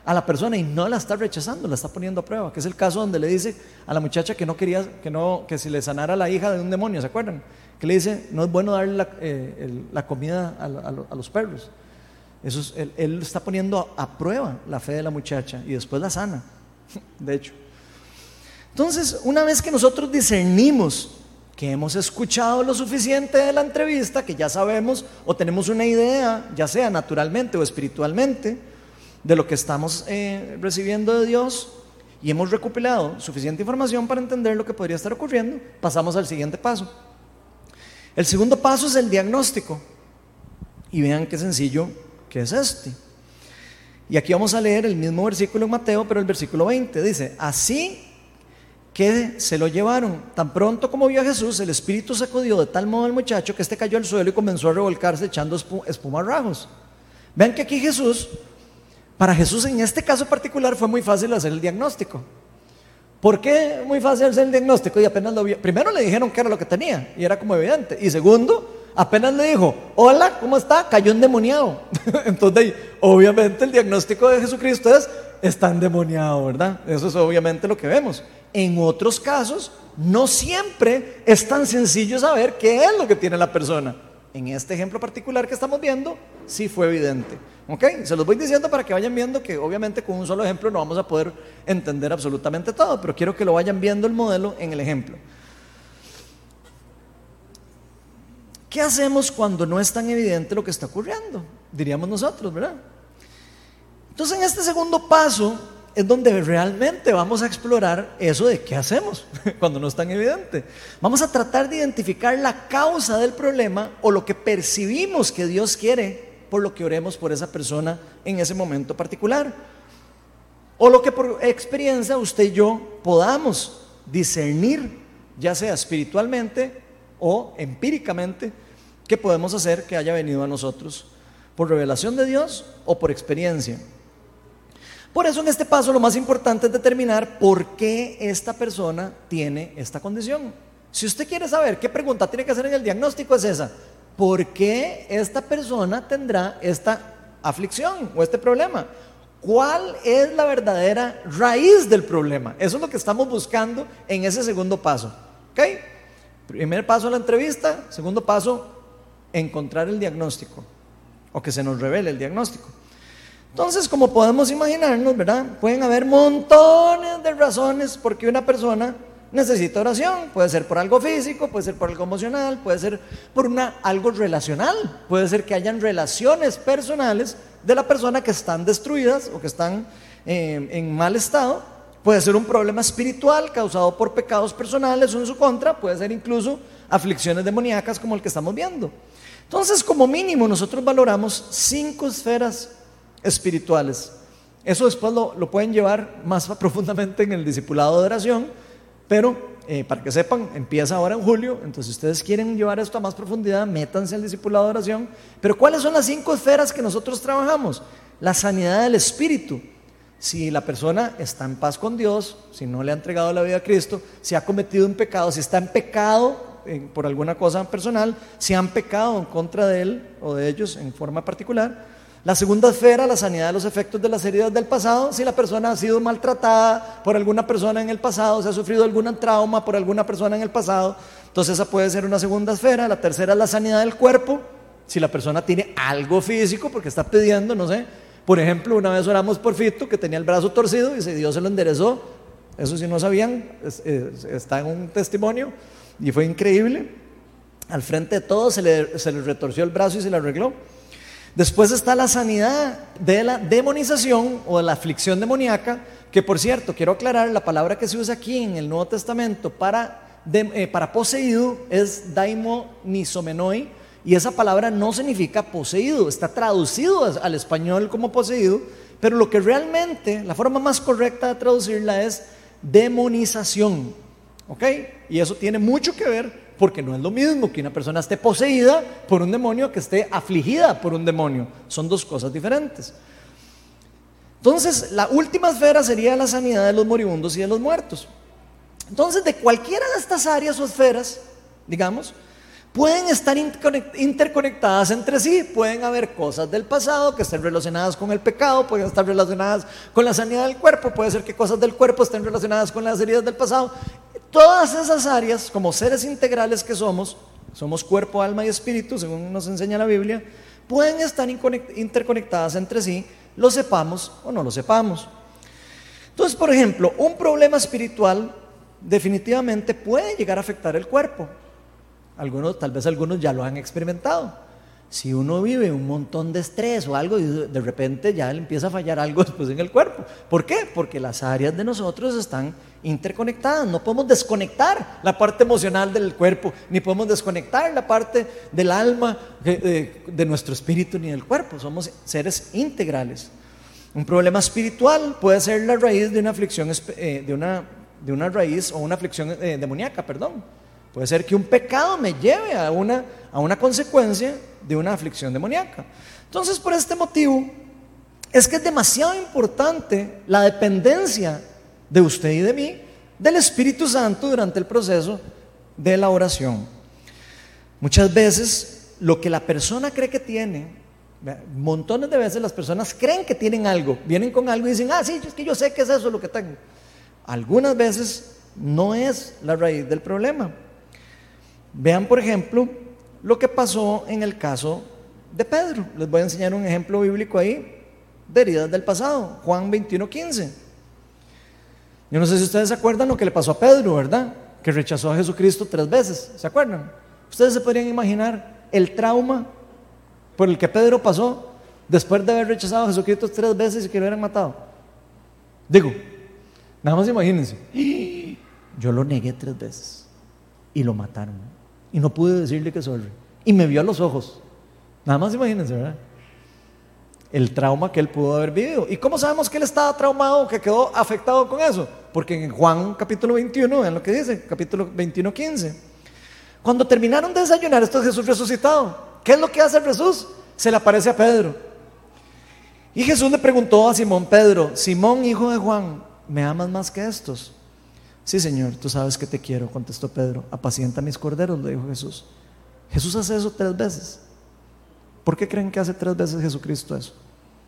a la persona y no la está rechazando, la está poniendo a prueba, que es el caso donde le dice a la muchacha que no quería, que, no, que si le sanara a la hija de un demonio, ¿se acuerdan? Que le dice, no es bueno darle la, eh, el, la comida a, a, a los perros. Eso es, él, él está poniendo a, a prueba la fe de la muchacha y después la sana, de hecho. Entonces, una vez que nosotros discernimos que hemos escuchado lo suficiente de la entrevista, que ya sabemos o tenemos una idea, ya sea naturalmente o espiritualmente, de lo que estamos eh, recibiendo de Dios, y hemos recopilado suficiente información para entender lo que podría estar ocurriendo, pasamos al siguiente paso. El segundo paso es el diagnóstico, y vean qué sencillo que es este. Y aquí vamos a leer el mismo versículo en Mateo, pero el versículo veinte dice: así que se lo llevaron. Tan pronto como vio a Jesús, el espíritu sacudió de tal modo al muchacho que éste cayó al suelo y comenzó a revolcarse echando espumarrajos. Vean que aquí Jesús, para Jesús en este caso particular fue muy fácil hacer el diagnóstico. ¿Por qué muy fácil hacer el diagnóstico? Y apenas lo vio. Primero le dijeron qué era lo que tenía y era como evidente. Y segundo, apenas le dijo: hola, ¿cómo está? Cayó endemoniado. Entonces, obviamente el diagnóstico de Jesucristo es: está endemoniado, ¿verdad? Eso es obviamente lo que vemos. En otros casos, no siempre es tan sencillo saber qué es lo que tiene la persona. En este ejemplo particular que estamos viendo, sí fue evidente. ¿Ok? Se los voy diciendo para que vayan viendo que obviamente con un solo ejemplo no vamos a poder entender absolutamente todo, pero quiero que lo vayan viendo el modelo en el ejemplo. ¿Qué hacemos cuando no es tan evidente lo que está ocurriendo? Diríamos nosotros, ¿verdad? Entonces, en este segundo paso es donde realmente vamos a explorar eso de qué hacemos cuando no es tan evidente. Vamos a tratar de identificar la causa del problema o lo que percibimos que Dios quiere por lo que oremos por esa persona en ese momento particular, o lo que por experiencia usted y yo podamos discernir, ya sea espiritualmente o empíricamente, que podemos hacer que haya venido a nosotros por revelación de Dios o por experiencia. Por eso en este paso lo más importante es determinar por qué esta persona tiene esta condición. Si usted quiere saber qué pregunta tiene que hacer en el diagnóstico, es esa: ¿por qué esta persona tendrá esta aflicción o este problema? ¿Cuál es la verdadera raíz del problema? Eso es lo que estamos buscando en ese segundo paso. ¿Ok? Primer paso, la entrevista. Segundo paso, encontrar el diagnóstico, o que se nos revele el diagnóstico. Entonces, como podemos imaginarnos, ¿verdad? Pueden haber montones de razones por qué una persona necesita oración. Puede ser por algo físico, puede ser por algo emocional, puede ser por una, algo relacional. Puede ser que hayan relaciones personales de la persona que están destruidas o que están eh, en mal estado. Puede ser un problema espiritual causado por pecados personales o en su contra. Puede ser incluso aflicciones demoníacas como el que estamos viendo. Entonces, como mínimo, nosotros valoramos cinco esferas espirituales. Eso después lo, lo pueden llevar más profundamente en el discipulado de oración, pero eh, para que sepan, empieza ahora en julio. Entonces, si ustedes quieren llevar esto a más profundidad, métanse al discipulado de oración. Pero ¿cuáles son las cinco esferas que nosotros trabajamos? La sanidad del espíritu. Si la persona está en paz con Dios, si no le ha entregado la vida a Cristo, si ha cometido un pecado, si está en pecado eh, por alguna cosa personal, si han pecado en contra de él o de ellos en forma particular. La segunda esfera, la sanidad de los efectos de las heridas del pasado. Si la persona ha sido maltratada por alguna persona en el pasado, si ha sufrido algún trauma por alguna persona en el pasado, entonces esa puede ser una segunda esfera. La tercera es la sanidad del cuerpo. Si la persona tiene algo físico porque está pidiendo, no sé, por ejemplo, una vez oramos por Fito, que tenía el brazo torcido y si Dios se lo enderezó. Eso sí no sabían, es, es, está en un testimonio y fue increíble. Al frente de todos se le, se le retorció el brazo y se le arregló. Después está la sanidad de la demonización o de la aflicción demoníaca, que por cierto, quiero aclarar, la palabra que se usa aquí en el Nuevo Testamento para, de, eh, para poseído es daimonizomenoi, y esa palabra no significa poseído, está traducido al español como poseído, pero lo que realmente, la forma más correcta de traducirla es demonización, ¿ok? Y eso tiene mucho que ver, porque no es lo mismo que una persona esté poseída por un demonio que esté afligida por un demonio. Son dos cosas diferentes. Entonces, la última esfera sería la sanidad de los moribundos y de los muertos. Entonces, de cualquiera de estas áreas o esferas, digamos, pueden estar interconectadas entre sí. Pueden haber cosas del pasado que estén relacionadas con el pecado, pueden estar relacionadas con la sanidad del cuerpo, puede ser que cosas del cuerpo estén relacionadas con las heridas del pasado. Todas esas áreas, como seres integrales que somos, somos cuerpo, alma y espíritu, según nos enseña la Biblia, pueden estar interconectadas entre sí, lo sepamos o no lo sepamos. Entonces, por ejemplo, un problema espiritual definitivamente puede llegar a afectar el cuerpo. Algunos, tal vez algunos ya lo han experimentado. Si uno vive un montón de estrés o algo y de repente ya le empieza a fallar algo después en el cuerpo. ¿Por qué? Porque las áreas de nosotros están interconectadas. No podemos desconectar la parte emocional del cuerpo, ni podemos desconectar la parte del alma, de, de nuestro espíritu, ni del cuerpo. Somos seres integrales. Un problema espiritual puede ser la raíz de una aflicción, eh, de, una, de una raíz o una aflicción eh, demoníaca, perdón. Puede ser que un pecado me lleve a una, a una consecuencia de una aflicción demoníaca. Entonces, por este motivo, es que es demasiado importante la dependencia de usted y de mí, del Espíritu Santo durante el proceso de la oración. Muchas veces, lo que la persona cree que tiene, montones de veces las personas creen que tienen algo, vienen con algo y dicen, ah, sí, es que yo sé que es eso lo que tengo. Algunas veces no es la raíz del problema. Vean, por ejemplo, lo que pasó en el caso de Pedro. Les voy a enseñar un ejemplo bíblico ahí de heridas del pasado, Juan veintiuno quince. Yo no sé si ustedes se acuerdan lo que le pasó a Pedro, ¿verdad? Que rechazó a Jesucristo tres veces, ¿se acuerdan? Ustedes se podrían imaginar el trauma por el que Pedro pasó después de haber rechazado a Jesucristo tres veces y que lo hubieran matado. Digo, nada más imagínense, yo lo negué tres veces y lo mataron. Y no pude decirle que sorry. Y me vio a los ojos. Nada más imagínense, ¿verdad? El trauma que él pudo haber vivido. ¿Y cómo sabemos que él estaba traumado, que quedó afectado con eso? Porque en Juan capítulo veintiuno, vean lo que dice, capítulo veintiuno quince. Cuando terminaron de desayunar, esto es Jesús resucitado. ¿Qué es lo que hace Jesús? Se le aparece a Pedro. Y Jesús le preguntó a Simón Pedro, Simón, hijo de Juan, ¿me amas más que estos? Sí, Señor, tú sabes que te quiero, contestó Pedro. Apacienta mis corderos, le dijo Jesús. Jesús hace eso tres veces. ¿Por qué creen que hace tres veces Jesucristo eso?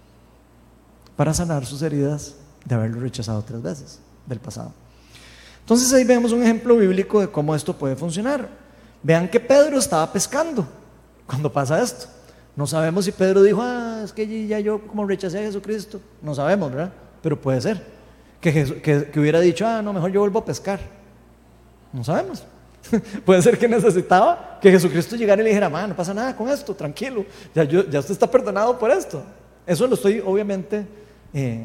Para sanar sus heridas de haberlo rechazado tres veces del pasado. Entonces ahí vemos un ejemplo bíblico de cómo esto puede funcionar. Vean que Pedro estaba pescando cuando pasa esto. No sabemos si Pedro dijo, ah, es que ya yo como rechacé a Jesucristo. No sabemos, ¿verdad? Pero puede ser. Que, Jesús, que, que hubiera dicho, ah, no, mejor yo vuelvo a pescar. No sabemos. Puede ser que necesitaba que Jesucristo llegara y le dijera, man, no pasa nada con esto, tranquilo, ya, yo, ya usted está perdonado por esto. Eso lo estoy obviamente eh,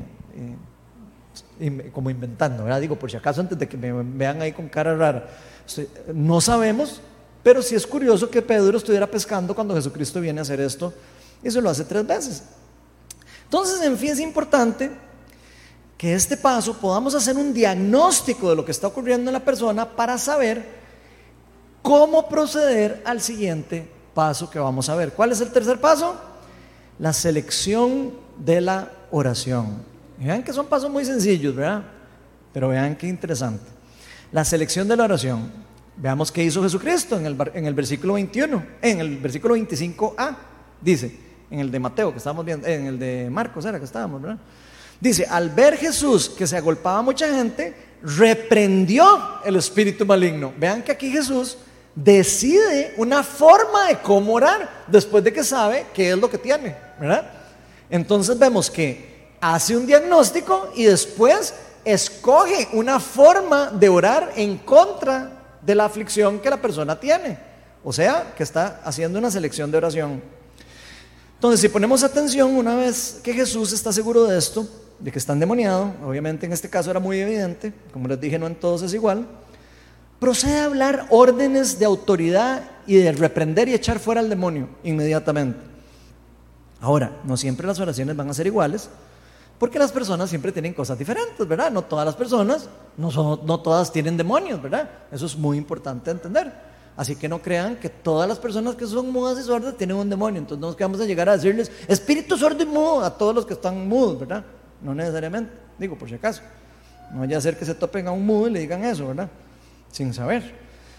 eh, como inventando, ¿verdad? Digo, por si acaso, antes de que me vean ahí con cara rara. No sabemos, pero sí es curioso que Pedro estuviera pescando cuando Jesucristo viene a hacer esto, y se lo hace tres veces. Entonces, en fin, es importante que este paso podamos hacer un diagnóstico de lo que está ocurriendo en la persona para saber cómo proceder al siguiente paso que vamos a ver. ¿Cuál es el tercer paso? La selección de la oración. Y vean que son pasos muy sencillos, ¿verdad? Pero vean qué interesante. La selección de la oración. Veamos qué hizo Jesucristo en el, en el versículo veintiuno, en el versículo veinticinco a, dice, en el de Mateo que estábamos viendo, en el de Marcos era que estábamos, ¿verdad? Dice, al ver Jesús que se agolpaba mucha gente, reprendió el espíritu maligno. Vean que aquí Jesús decide una forma de cómo orar después de que sabe qué es lo que tiene, ¿verdad? Entonces vemos que hace un diagnóstico y después escoge una forma de orar en contra de la aflicción que la persona tiene. O sea, que está haciendo una selección de oración. Entonces, si ponemos atención, una vez que Jesús está seguro de esto, de que está endemoniado, obviamente en este caso era muy evidente, como les dije, no en todos es igual, procede a hablar órdenes de autoridad y de reprender y echar fuera al demonio inmediatamente. Ahora, no siempre las oraciones van a ser iguales, porque las personas siempre tienen cosas diferentes, ¿verdad? No todas las personas, no, son, no todas tienen demonios, ¿verdad? Eso es muy importante entender. Así que no crean que todas las personas que son mudas y sordas tienen un demonio. Entonces no nos vamos a llegar a decirles espíritu sordo y mudo a todos los que están mudos, ¿verdad? No necesariamente, digo por si acaso. No vaya a ser que se topen a un mudo y le digan eso, ¿verdad? Sin saber.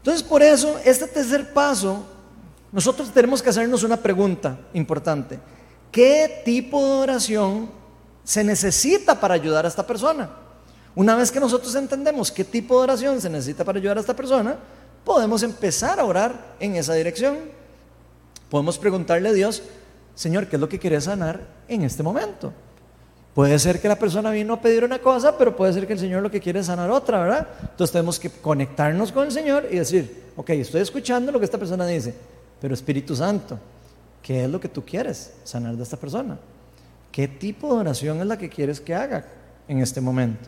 Entonces, por eso, este tercer paso, nosotros tenemos que hacernos una pregunta importante. ¿Qué tipo de oración se necesita para ayudar a esta persona? Una vez que nosotros entendemos qué tipo de oración se necesita para ayudar a esta persona, podemos empezar a orar en esa dirección. Podemos preguntarle a Dios: Señor, ¿qué es lo que quieres sanar en este momento? Puede ser que la persona vino a pedir una cosa, pero puede ser que el Señor lo que quiere es sanar otra, ¿verdad? Entonces tenemos que conectarnos con el Señor y decir: ok, estoy escuchando lo que esta persona dice, pero Espíritu Santo, ¿qué es lo que tú quieres sanar de esta persona? ¿Qué tipo de oración es la que quieres que haga en este momento?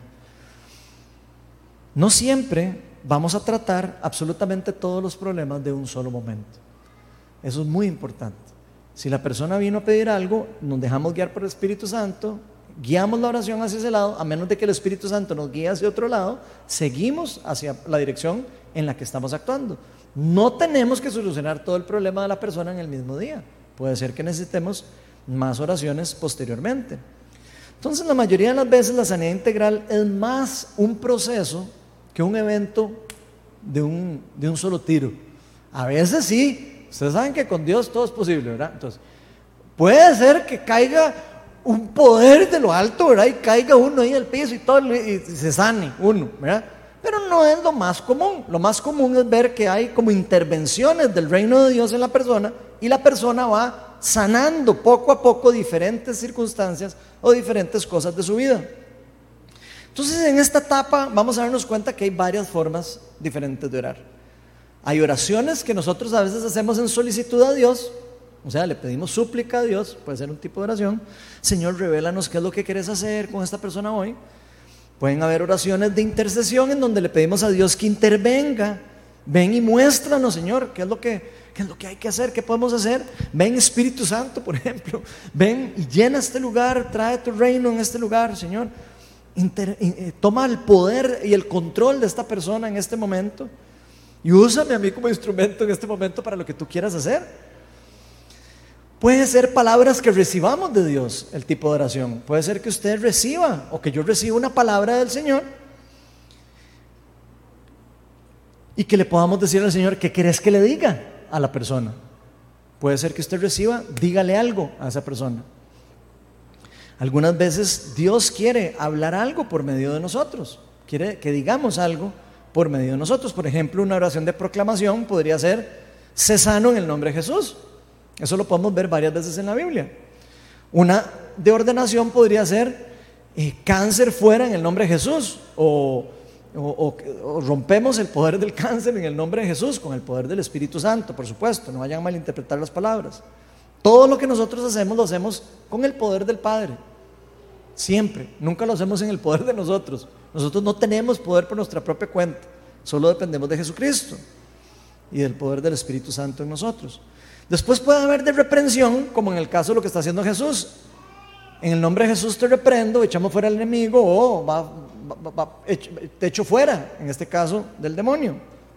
No siempre vamos a tratar absolutamente todos los problemas de un solo momento. Eso es muy importante. Si la persona vino a pedir algo, nos dejamos guiar por el Espíritu Santo, guiamos la oración hacia ese lado, a menos de que el Espíritu Santo nos guíe hacia otro lado, seguimos hacia la dirección en la que estamos actuando. No tenemos que solucionar todo el problema de la persona en el mismo día. Puede ser que necesitemos más oraciones posteriormente. Entonces, la mayoría de las veces la sanidad integral es más un proceso que un evento de un, de un solo tiro. A veces sí, ustedes saben que con Dios todo es posible, ¿verdad? Entonces, puede ser que caiga un poder de lo alto, ¿verdad? Y caiga uno ahí al piso y todo, y se sane uno, ¿verdad? Pero no es lo más común. Lo más común es ver que hay como intervenciones del reino de Dios en la persona, y la persona va sanando poco a poco diferentes circunstancias o diferentes cosas de su vida. Entonces, en esta etapa vamos a darnos cuenta que hay varias formas diferentes de orar. Hay oraciones que nosotros a veces hacemos en solicitud a Dios, o sea, le pedimos súplica a Dios, puede ser un tipo de oración. Señor, revélanos qué es lo que quieres hacer con esta persona hoy. Pueden haber oraciones de intercesión en donde le pedimos a Dios que intervenga. Ven y muéstranos, Señor, qué es lo que, qué es lo que hay que hacer, qué podemos hacer. Ven, Espíritu Santo, por ejemplo, ven y llena este lugar, trae tu reino en este lugar, Señor. Inter, eh, toma el poder y el control de esta persona en este momento y úsame a mí como instrumento en este momento para lo que tú quieras hacer. Puede ser palabras que recibamos de Dios, el tipo de oración. Puede ser que usted reciba o que yo reciba una palabra del Señor y que le podamos decir al Señor: ¿qué querés que le diga a la persona? Puede ser que usted reciba: dígale algo a esa persona. Algunas veces Dios quiere hablar algo por medio de nosotros, quiere que digamos algo por medio de nosotros. Por ejemplo, una oración de proclamación podría ser: sé sano en el nombre de Jesús. Eso lo podemos ver varias veces en la Biblia. Una de ordenación podría ser: eh, cáncer fuera en el nombre de Jesús, o, o, o, o rompemos el poder del cáncer en el nombre de Jesús con el poder del Espíritu Santo, por supuesto, no vayan a malinterpretar las palabras. Todo lo que nosotros hacemos lo hacemos con el poder del Padre, siempre, nunca lo hacemos en el poder de nosotros. Nosotros no tenemos poder por nuestra propia cuenta, solo dependemos de Jesucristo y del poder del Espíritu Santo en nosotros. Después puede haber de reprensión, como en el caso de lo que está haciendo Jesús. En el nombre de Jesús te reprendo, echamos fuera al enemigo, o va, va, va, te echo fuera, en este caso del demonio.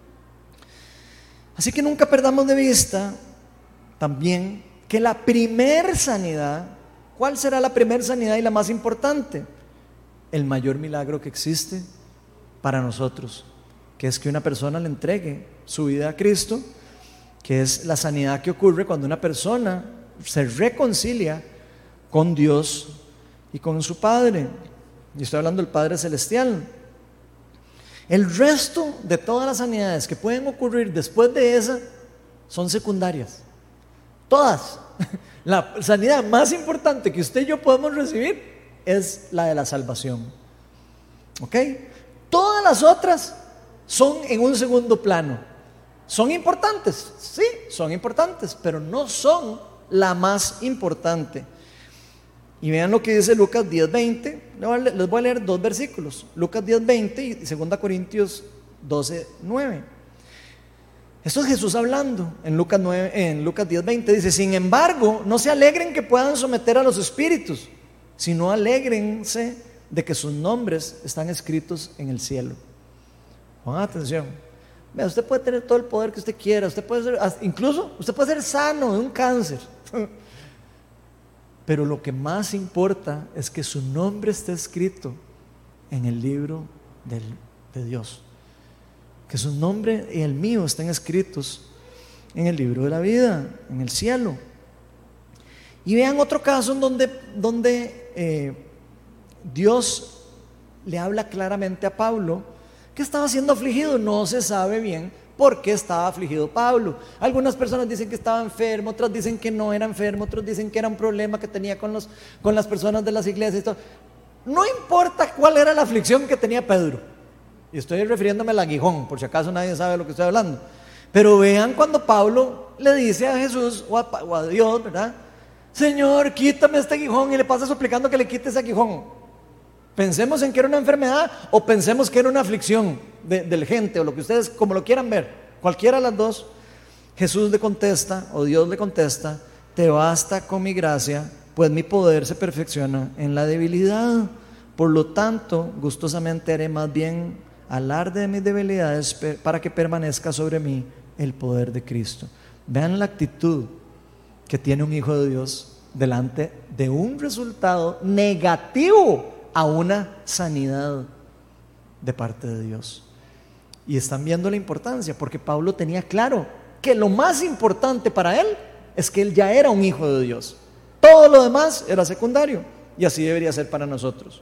Así que nunca perdamos de vista también que la primer sanidad, ¿cuál será la primer sanidad y la más importante? El mayor milagro que existe para nosotros, que es que una persona le entregue su vida a Cristo, que es la sanidad que ocurre cuando una persona se reconcilia con Dios y con su Padre. Y estoy hablando del Padre Celestial. El resto de todas las sanidades que pueden ocurrir después de esa son secundarias. Todas. La sanidad más importante que usted y yo podemos recibir es la de la salvación. ¿Ok? Todas las otras son en un segundo plano. ¿Son importantes? Sí, son importantes, pero no son la más importante. Y vean lo que dice Lucas diez veinte. Les voy a leer dos versículos: Lucas diez veinte y dos Corintios doce nueve. Esto es Jesús hablando en Lucas, nueve, en Lucas diez veinte. Dice: sin embargo, no se alegren que puedan someter a los espíritus, sino alégrense de que sus nombres están escritos en el cielo. Pongan atención. Vea, usted puede tener todo el poder que usted quiera, usted puede ser, incluso usted puede ser sano de un cáncer, pero lo que más importa es que su nombre esté escrito en el libro del, de Dios. que su nombre y el mío estén escritos en el libro de la vida, en el cielo. Y vean otro caso en donde, donde eh, Dios le habla claramente a Pablo que estaba siendo afligido. No se sabe bien por qué estaba afligido Pablo. Algunas personas dicen que estaba enfermo, otras dicen que no era enfermo, otros dicen que era un problema que tenía con, los, con las personas de las iglesias y todo. No importa cuál era la aflicción que tenía Pedro, y estoy refiriéndome al aguijón, por si acaso nadie sabe de lo que estoy hablando. Pero vean cuando Pablo le dice a Jesús o a, o a Dios, ¿verdad? Señor, quítame este aguijón, y le pasa suplicando que le quite ese aguijón. Pensemos en que era una enfermedad o pensemos que era una aflicción de, del gente, o lo que ustedes como lo quieran ver, cualquiera de las dos. Jesús le contesta, o Dios le contesta: te basta con mi gracia, pues mi poder se perfecciona en la debilidad. Por lo tanto, gustosamente haré más bien alarde de mis debilidades para que permanezca sobre mí el poder de Cristo. Vean la actitud que tiene un hijo de Dios delante de un resultado negativo a una sanidad de parte de Dios. Y están viendo la importancia, porque Pablo tenía claro que lo más importante para él es que él ya era un hijo de Dios. Todo lo demás era secundario, y así debería ser para nosotros.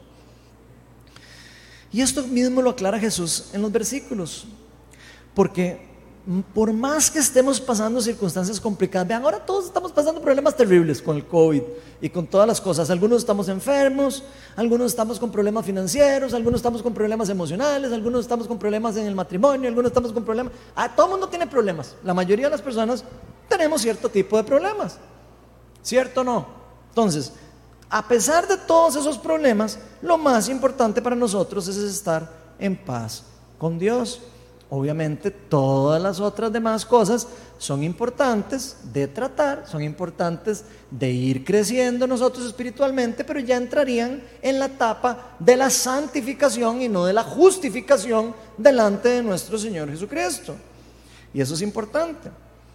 Y esto mismo lo aclara Jesús en los versículos, porque por más que estemos pasando circunstancias complicadas, vean, ahora todos estamos pasando problemas terribles con el COVID y con todas las cosas. Algunos estamos enfermos, algunos estamos con problemas financieros, algunos estamos con problemas emocionales, algunos estamos con problemas en el matrimonio, algunos estamos con problemas, ah, todo el mundo tiene problemas. La mayoría de las personas tenemos cierto tipo de problemas, ¿cierto o no? Entonces, a pesar de todos esos problemas, lo más importante para nosotros es estar en paz con Dios. Obviamente todas las otras demás cosas son importantes de tratar, son importantes de ir creciendo nosotros espiritualmente, pero ya entrarían en la etapa de la santificación y no de la justificación delante de nuestro Señor Jesucristo. Y eso es importante.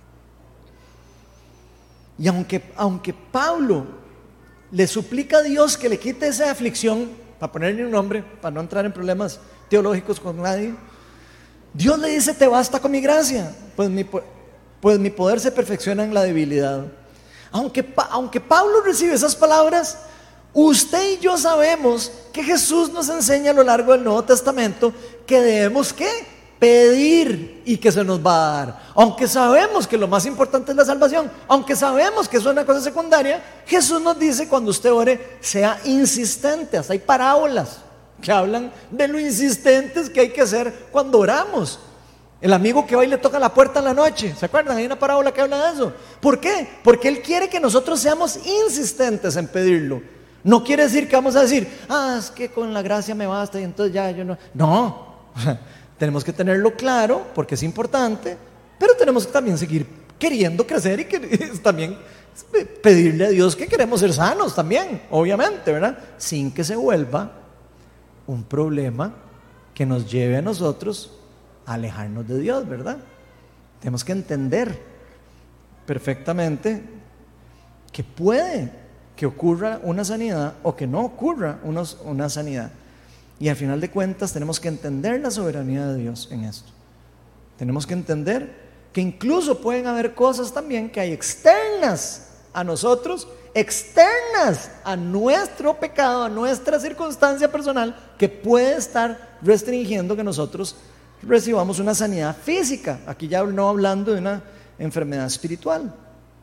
Y aunque, aunque Pablo le suplica a Dios que le quite esa aflicción, para ponerle un nombre, para no entrar en problemas teológicos con nadie, Dios le dice: te basta con mi gracia, pues mi, pues mi poder se perfecciona en la debilidad. Aunque, aunque Pablo recibe esas palabras, usted y yo sabemos que Jesús nos enseña a lo largo del Nuevo Testamento que debemos ¿qué? Pedir y que se nos va a dar. Aunque sabemos que lo más importante es la salvación, aunque sabemos que eso es una cosa secundaria, Jesús nos dice: cuando usted ore, sea insistente. Hasta hay parábolas que hablan de lo insistentes que hay que hacer cuando oramos. El amigo que va y le toca la puerta en la noche, ¿se acuerdan? Hay una parábola que habla de eso. ¿Por qué? Porque Él quiere que nosotros seamos insistentes en pedirlo. No quiere decir que vamos a decir: ah, es que con la gracia me basta y entonces ya yo no. No, tenemos que tenerlo claro porque es importante, pero tenemos que también seguir queriendo crecer y que, también pedirle a Dios que queremos ser sanos también, obviamente, ¿verdad? Sin que se vuelva un problema que nos lleve a nosotros a alejarnos de Dios, ¿verdad? Tenemos que entender perfectamente que puede que ocurra una sanidad o que no ocurra una, una sanidad. Y al final de cuentas tenemos que entender la soberanía de Dios en esto. Tenemos que entender que incluso pueden haber cosas también que hay externas a nosotros, externas a nuestro pecado, a nuestra circunstancia personal, que puede estar restringiendo que nosotros recibamos una sanidad física. Aquí ya no hablando de una enfermedad espiritual.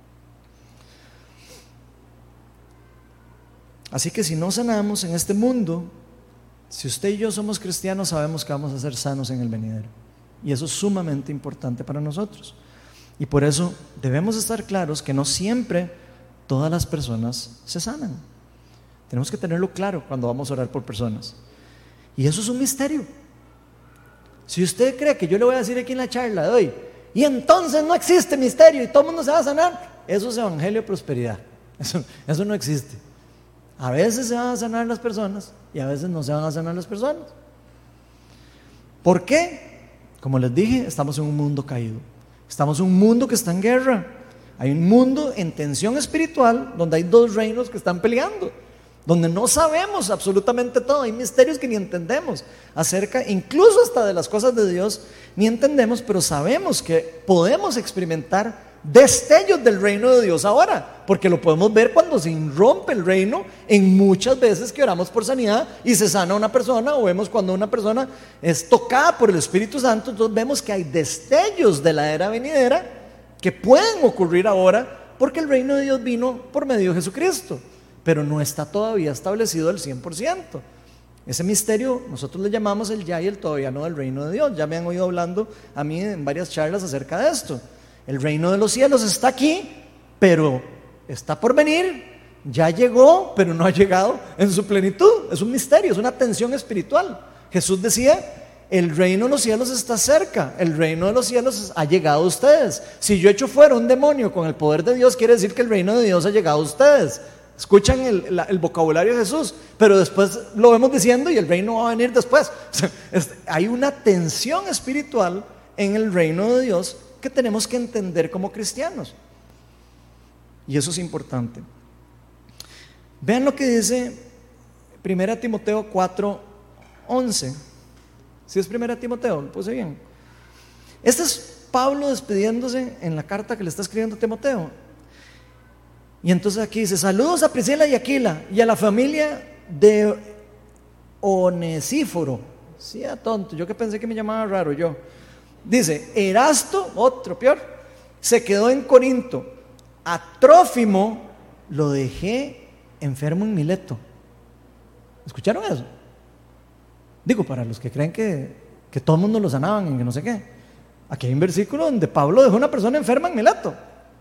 Así que si no sanamos en este mundo, si usted y yo somos cristianos, sabemos que vamos a ser sanos en el venidero. Y eso es sumamente importante para nosotros. Y por eso debemos estar claros que no siempre todas las personas se sanan. Tenemos que tenerlo claro cuando vamos a orar por personas. Y eso es un misterio. Si usted cree que yo le voy a decir aquí en la charla de hoy, y entonces no existe misterio y todo el mundo se va a sanar, eso es evangelio de prosperidad. Eso, eso no existe. A veces se van a sanar las personas y a veces no se van a sanar las personas. ¿Por qué? Como les dije, estamos en un mundo caído. Estamos en un mundo que está en guerra. Hay un mundo en tensión espiritual donde hay dos reinos que están peleando. donde no sabemos absolutamente todo, hay misterios que ni entendemos acerca, incluso hasta de las cosas de Dios, ni entendemos, pero sabemos que podemos experimentar destellos del reino de Dios ahora, porque lo podemos ver cuando se irrumpe el reino en muchas veces que oramos por sanidad y se sana una persona, o vemos cuando una persona es tocada por el Espíritu Santo. Entonces vemos que hay destellos de la era venidera que pueden ocurrir ahora, porque el reino de Dios vino por medio de Jesucristo, pero no está todavía establecido al cien por ciento. Ese misterio nosotros le llamamos el ya y el todavía no del reino de Dios. Ya me han oído hablando a mí en varias charlas acerca de esto. El reino de los cielos está aquí, pero está por venir. Ya llegó, pero no ha llegado en su plenitud. Es un misterio, es una tensión espiritual. Jesús decía: el reino de los cielos está cerca, el reino de los cielos ha llegado a ustedes. Si yo echo fuera un demonio con el poder de Dios, quiere decir que el reino de Dios ha llegado a ustedes. Escuchan el, la, el vocabulario de Jesús, pero después lo vemos diciendo: y el reino va a venir después. Es, hay una tensión espiritual en el reino de Dios que tenemos que entender como cristianos, y eso es importante. Vean lo que dice primera Timoteo cuatro once. Si es primera Timoteo, lo puse bien. Este es Pablo despidiéndose en la carta que le está escribiendo a Timoteo. Y entonces aquí dice: saludos a Priscila y Aquila y a la familia de Onesíforo. Sí, a tonto, yo que pensé que me llamaba raro yo. Dice: Erasto, otro peor, se quedó en Corinto. A Trófimo lo dejé enfermo en Mileto. ¿Escucharon eso? Digo, para los que creen que, que todo el mundo lo sanaban y que no sé qué. Aquí hay un versículo donde Pablo dejó una persona enferma en Mileto.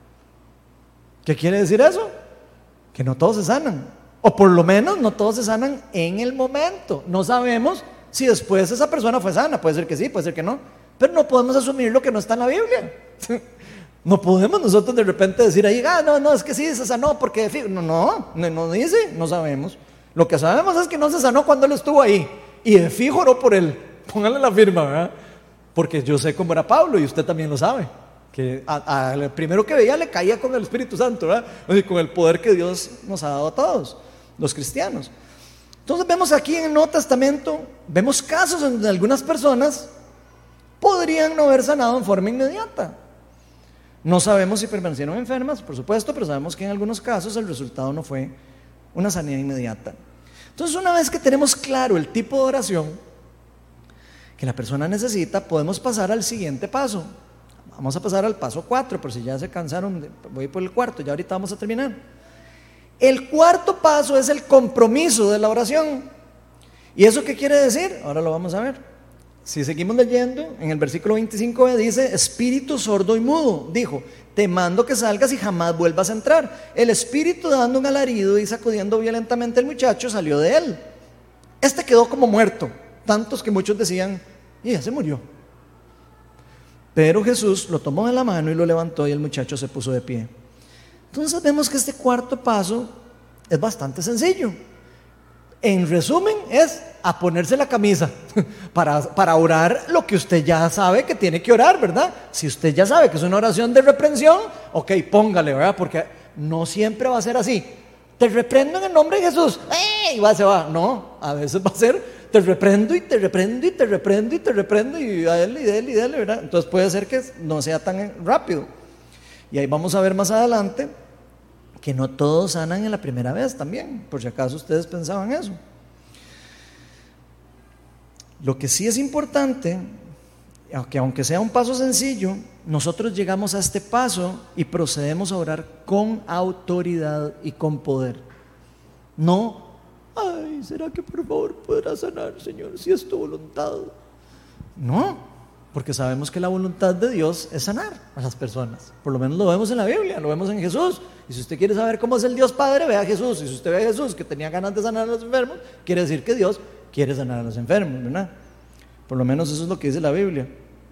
¿Qué quiere decir eso? Que no todos se sanan, o por lo menos no todos se sanan en el momento. No sabemos si después esa persona fue sana. Puede ser que sí, puede ser que no, pero no podemos asumir lo que no está en la Biblia. No podemos nosotros de repente decir ahí: ah, no, no, es que sí se sanó porque de no, no, no, no dice, no sabemos. Lo que sabemos es que no se sanó cuando él estuvo ahí, y de fijo oró por él. Póngale la firma, ¿verdad? Porque yo sé cómo era Pablo, y usted también lo sabe, que al primero que veía le caía con el Espíritu Santo, ¿verdad? O sea, con el poder que Dios nos ha dado a todos los cristianos. Entonces vemos aquí en el Nuevo Testamento, vemos casos en donde algunas personas podrían no haber sanado en forma inmediata. No sabemos si permanecieron enfermas, por supuesto, pero sabemos que en algunos casos el resultado no fue una sanidad inmediata. Entonces, una vez que tenemos claro el tipo de oración que la persona necesita, podemos pasar al siguiente paso. Vamos a pasar al paso cuatro, por si ya se cansaron, de, voy por el cuarto, ya ahorita vamos a terminar. El cuarto paso es el compromiso de la oración. ¿Y eso qué quiere decir? Ahora lo vamos a ver. Si seguimos leyendo, en el versículo veinticinco dice: espíritu sordo y mudo, dijo, te mando que salgas y jamás vuelvas a entrar. El espíritu, dando un alarido y sacudiendo violentamente al muchacho, salió de él. Este quedó como muerto, tantos que muchos decían: y ya se murió. Pero Jesús lo tomó de la mano y lo levantó, y el muchacho se puso de pie. Entonces vemos que este cuarto paso es bastante sencillo. En resumen, es a ponerse la camisa para, para orar lo que usted ya sabe que tiene que orar, ¿verdad? Si usted ya sabe que es una oración de reprensión, ok, póngale, ¿verdad? Porque no siempre va a ser así: te reprendo en el nombre de Jesús, ¡eh! Y va, se va. No, a veces va a ser: te reprendo y te reprendo y te reprendo y te reprendo, y a él y de él y de él, ¿verdad? Entonces puede ser que no sea tan rápido. Y ahí vamos a ver más adelante que no todos sanan en la primera vez también, por si acaso ustedes pensaban eso. Lo que sí es importante, que aunque sea un paso sencillo, nosotros llegamos a este paso y procedemos a orar con autoridad y con poder. No: ay, ¿será que por favor podrá sanar, Señor, si es tu voluntad? No, porque sabemos que la voluntad de Dios es sanar a las personas. Por lo menos lo vemos en la Biblia, lo vemos en Jesús. Y si usted quiere saber cómo es el Dios Padre, vea a Jesús. Y si usted ve a Jesús que tenía ganas de sanar a los enfermos, quiere decir que Dios quiere sanar a los enfermos, ¿verdad? Por lo menos eso es lo que dice la Biblia.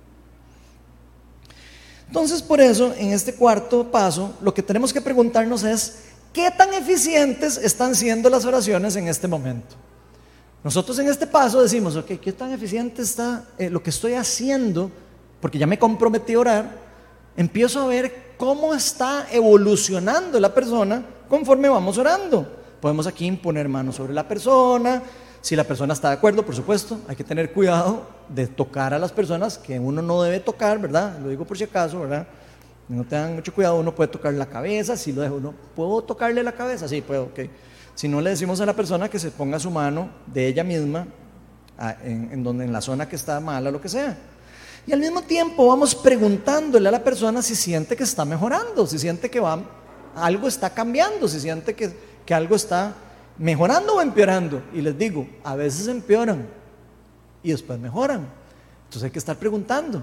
Entonces, por eso, en este cuarto paso, lo que tenemos que preguntarnos es: ¿qué tan eficientes están siendo las oraciones en este momento? Nosotros en este paso decimos: ok, ¿qué tan eficiente está eh, lo que estoy haciendo? Porque ya me comprometí a orar. Empiezo a ver cómo está evolucionando la persona conforme vamos orando. podemos aquí imponer manos sobre la persona, si la persona está de acuerdo, por supuesto. Hay que tener cuidado de tocar a las personas que uno no debe tocar, ¿verdad? Lo digo por si acaso, ¿verdad? No tengan mucho cuidado, uno puede tocar la cabeza, si lo dejo uno, ¿puedo tocarle la cabeza? Sí, puedo, ok. Si no, le decimos a la persona que se ponga su mano de ella misma en, en, donde, en la zona que está mala, lo que sea. Y al mismo tiempo vamos preguntándole a la persona si siente que está mejorando, si siente que va, algo está cambiando, si siente que, que algo está mejorando o empeorando. Y les digo, a veces empeoran y después mejoran. Entonces hay que estar preguntando.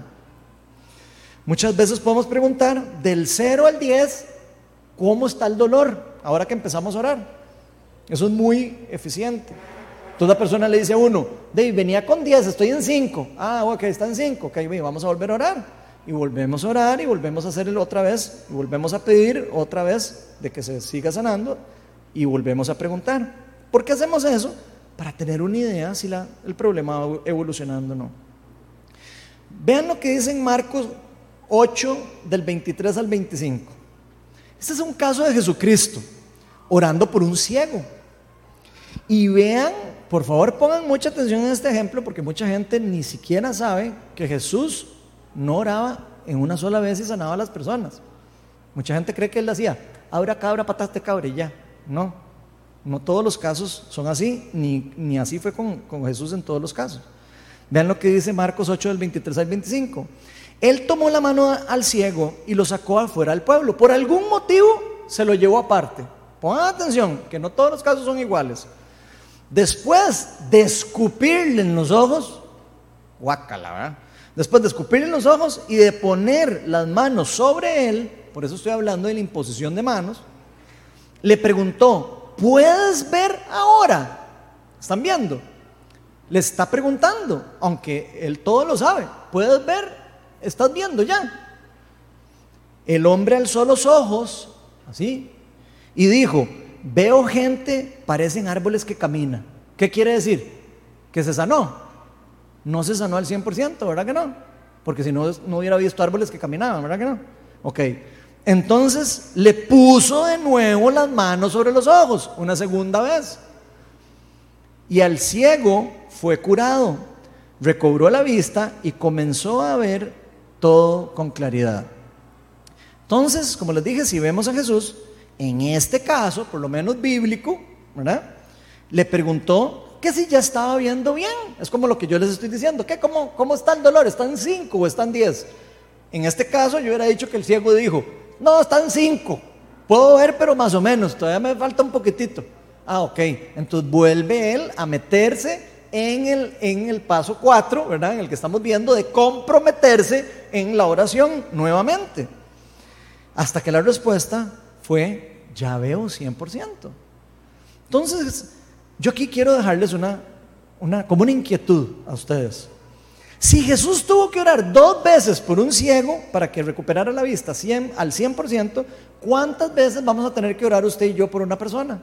Muchas veces podemos preguntar del cero al diez, ¿cómo está el dolor? Ahora que empezamos a orar. Eso es muy eficiente. Entonces la persona le dice a uno, Dave, venía con diez, estoy en cinco. Ah, ok, está en cinco, ok, vamos a volver a orar. Y volvemos a orar y volvemos a hacerlo otra vez, y volvemos a pedir otra vez de que se siga sanando y volvemos a preguntar. ¿Por qué hacemos eso? Para tener una idea si la, el problema va evolucionando o no. Vean lo que dice en Marcos ocho, del veintitrés al veinticinco. Este es un caso de Jesucristo orando por un ciego. Y vean, por favor pongan mucha atención en este ejemplo, porque mucha gente ni siquiera sabe que Jesús no oraba en una sola vez y sanaba a las personas. Mucha gente cree que él decía, abra cabra, patate cabra y ya. No, no todos los casos son así, ni, ni así fue con, con Jesús en todos los casos. Vean lo que dice Marcos ocho, del veintitrés al veinticinco. Él tomó la mano al ciego y lo sacó afuera del pueblo. Por algún motivo se lo llevó aparte. Pongan atención, que no todos los casos son iguales. Después de escupirle en los ojos, guácala, ¿verdad? Después de escupirle en los ojos y de poner las manos sobre él, por eso estoy hablando de la imposición de manos, le preguntó, ¿puedes ver ahora? ¿Están viendo? Le está preguntando, aunque él todo lo sabe, ¿puedes ver? ¿Estás viendo ya? El hombre alzó los ojos, así, y dijo, veo gente, parecen árboles que caminan. ¿Qué quiere decir? Que se sanó. No se sanó al cien por ciento, ¿verdad que no? Porque si no, no hubiera visto árboles que caminaban, ¿verdad que no? Ok, entonces le puso de nuevo las manos sobre los ojos, una segunda vez. Y al ciego fue curado, recobró la vista y comenzó a ver todo con claridad. Entonces, como les dije, si vemos a Jesús, en este caso, por lo menos bíblico, ¿verdad? Le preguntó que si ya estaba viendo bien. Es como lo que yo les estoy diciendo. ¿Qué? ¿Cómo, cómo está el dolor? ¿Está en cinco o está en diez? En este caso yo hubiera dicho que el ciego dijo, no, está en cinco. Puedo ver, pero más o menos, todavía me falta un poquitito. Ah, ok. Entonces vuelve él a meterse en el, en el paso cuatro, ¿verdad? En el que estamos viendo de comprometerse en la oración nuevamente. Hasta que la respuesta fue, ya veo cien por ciento. Entonces, yo aquí quiero dejarles una, una, como una inquietud a ustedes. Si Jesús tuvo que orar dos veces por un ciego para que recuperara la vista cien, al cien por ciento, ¿cuántas veces vamos a tener que orar usted y yo por una persona?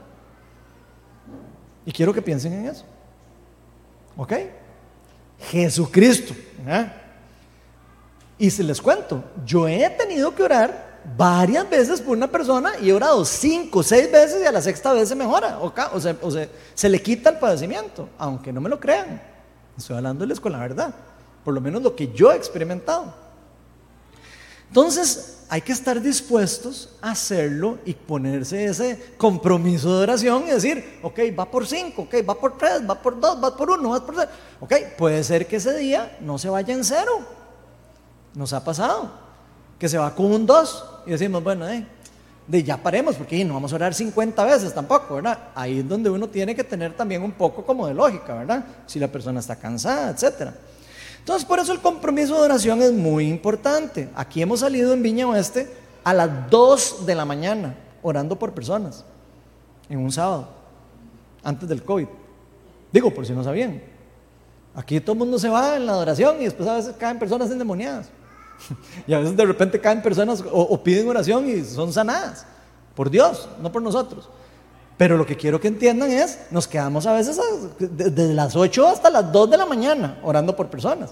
Y quiero que piensen en eso. ¿Ok? Jesucristo. ¿eh? Y si les cuento, yo he tenido que orar varias veces por una persona y he orado cinco, seis veces y a la sexta vez se mejora o, o, se, o se, se le quita el padecimiento, aunque no me lo crean. Estoy hablándoles con la verdad, por lo menos lo que yo he experimentado. Entonces hay que estar dispuestos a hacerlo y ponerse ese compromiso de oración y decir, ok, va por cinco, ok, va por tres, va por dos, va por uno, va por tres. Ok, puede ser que ese día no se vaya en cero. Nos ha pasado que se va con un dos y decimos, bueno, eh, de ya paremos porque no vamos a orar cincuenta veces tampoco, ¿verdad? Ahí es donde uno tiene que tener también un poco como de lógica, ¿verdad? Si la persona está cansada, etcétera. Entonces, por eso el compromiso de oración es muy importante. Aquí hemos salido en Viña Oeste a las dos de la mañana orando por personas en un sábado, antes del COVID. Digo, por si no sabían. Aquí todo el mundo se va en la oración y después a veces caen personas endemoniadas. Y a veces de repente caen personas o, o piden oración y son sanadas por Dios, no por nosotros. Pero lo que quiero que entiendan es, nos quedamos a veces desde las ocho hasta las dos de la mañana orando por personas.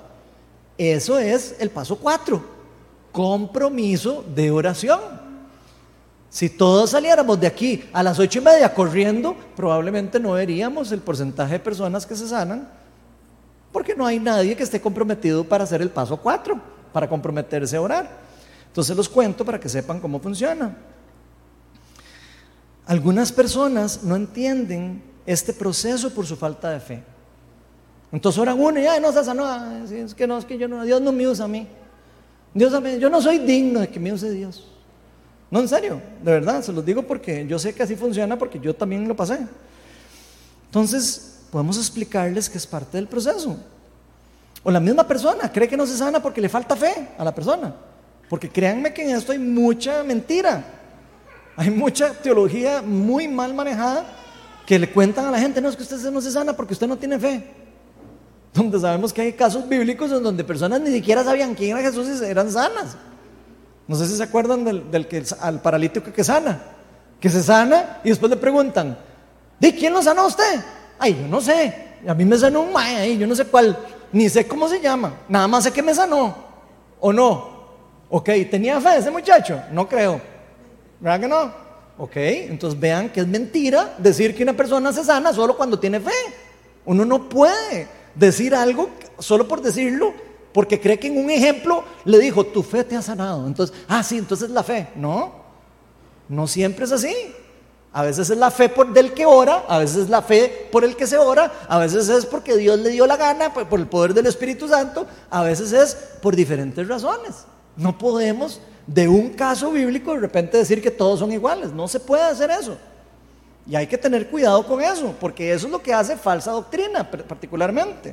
Eso es el paso cuatro, compromiso de oración. Si todos saliéramos de aquí a las ocho y media corriendo, probablemente no veríamos el porcentaje de personas que se sanan, porque no hay nadie que esté comprometido para hacer el paso cuatro, para comprometerse a orar. Entonces los cuento para que sepan cómo funciona. Algunas personas no entienden este proceso por su falta de fe. Entonces oran uno y ay, no se sanó, ay, es que no, es que yo no, Dios no me usa a mí. Dios a mí, yo no soy digno de que me use Dios. No, en serio, de verdad, se los digo porque yo sé que así funciona, porque yo también lo pasé. Entonces, podemos explicarles que es parte del proceso. O la misma persona cree que no se sana porque le falta fe a la persona. Porque créanme que en esto hay mucha mentira. Hay mucha teología muy mal manejada que le cuentan a la gente, no, es que usted no se sana porque usted no tiene fe. Donde sabemos que hay casos bíblicos en donde personas ni siquiera sabían quién era Jesús y eran sanas. No sé si se acuerdan del, del que, al paralítico que sana, que se sana y después le preguntan, ¿de quién lo sanó usted? Ay, yo no sé, a mí me sanó un mae ahí, yo no sé cuál, ni sé cómo se llama, nada más sé que me sanó, ¿o no? Ok, ¿tenía fe ese muchacho? No creo, ¿verdad que no? Ok, entonces vean que es mentira decir que una persona se sana solo cuando tiene fe. Uno no puede decir algo solo por decirlo, porque cree que en un ejemplo le dijo, tu fe te ha sanado, entonces, ah sí, entonces la fe. No, no siempre es así. A veces es la fe por del que ora, a veces es la fe por el que se ora, a veces es porque Dios le dio la gana, por el poder del Espíritu Santo, a veces es por diferentes razones. No podemos de un caso bíblico de repente decir que todos son iguales, no se puede hacer eso. Y hay que tener cuidado con eso, porque eso es lo que hace falsa doctrina particularmente.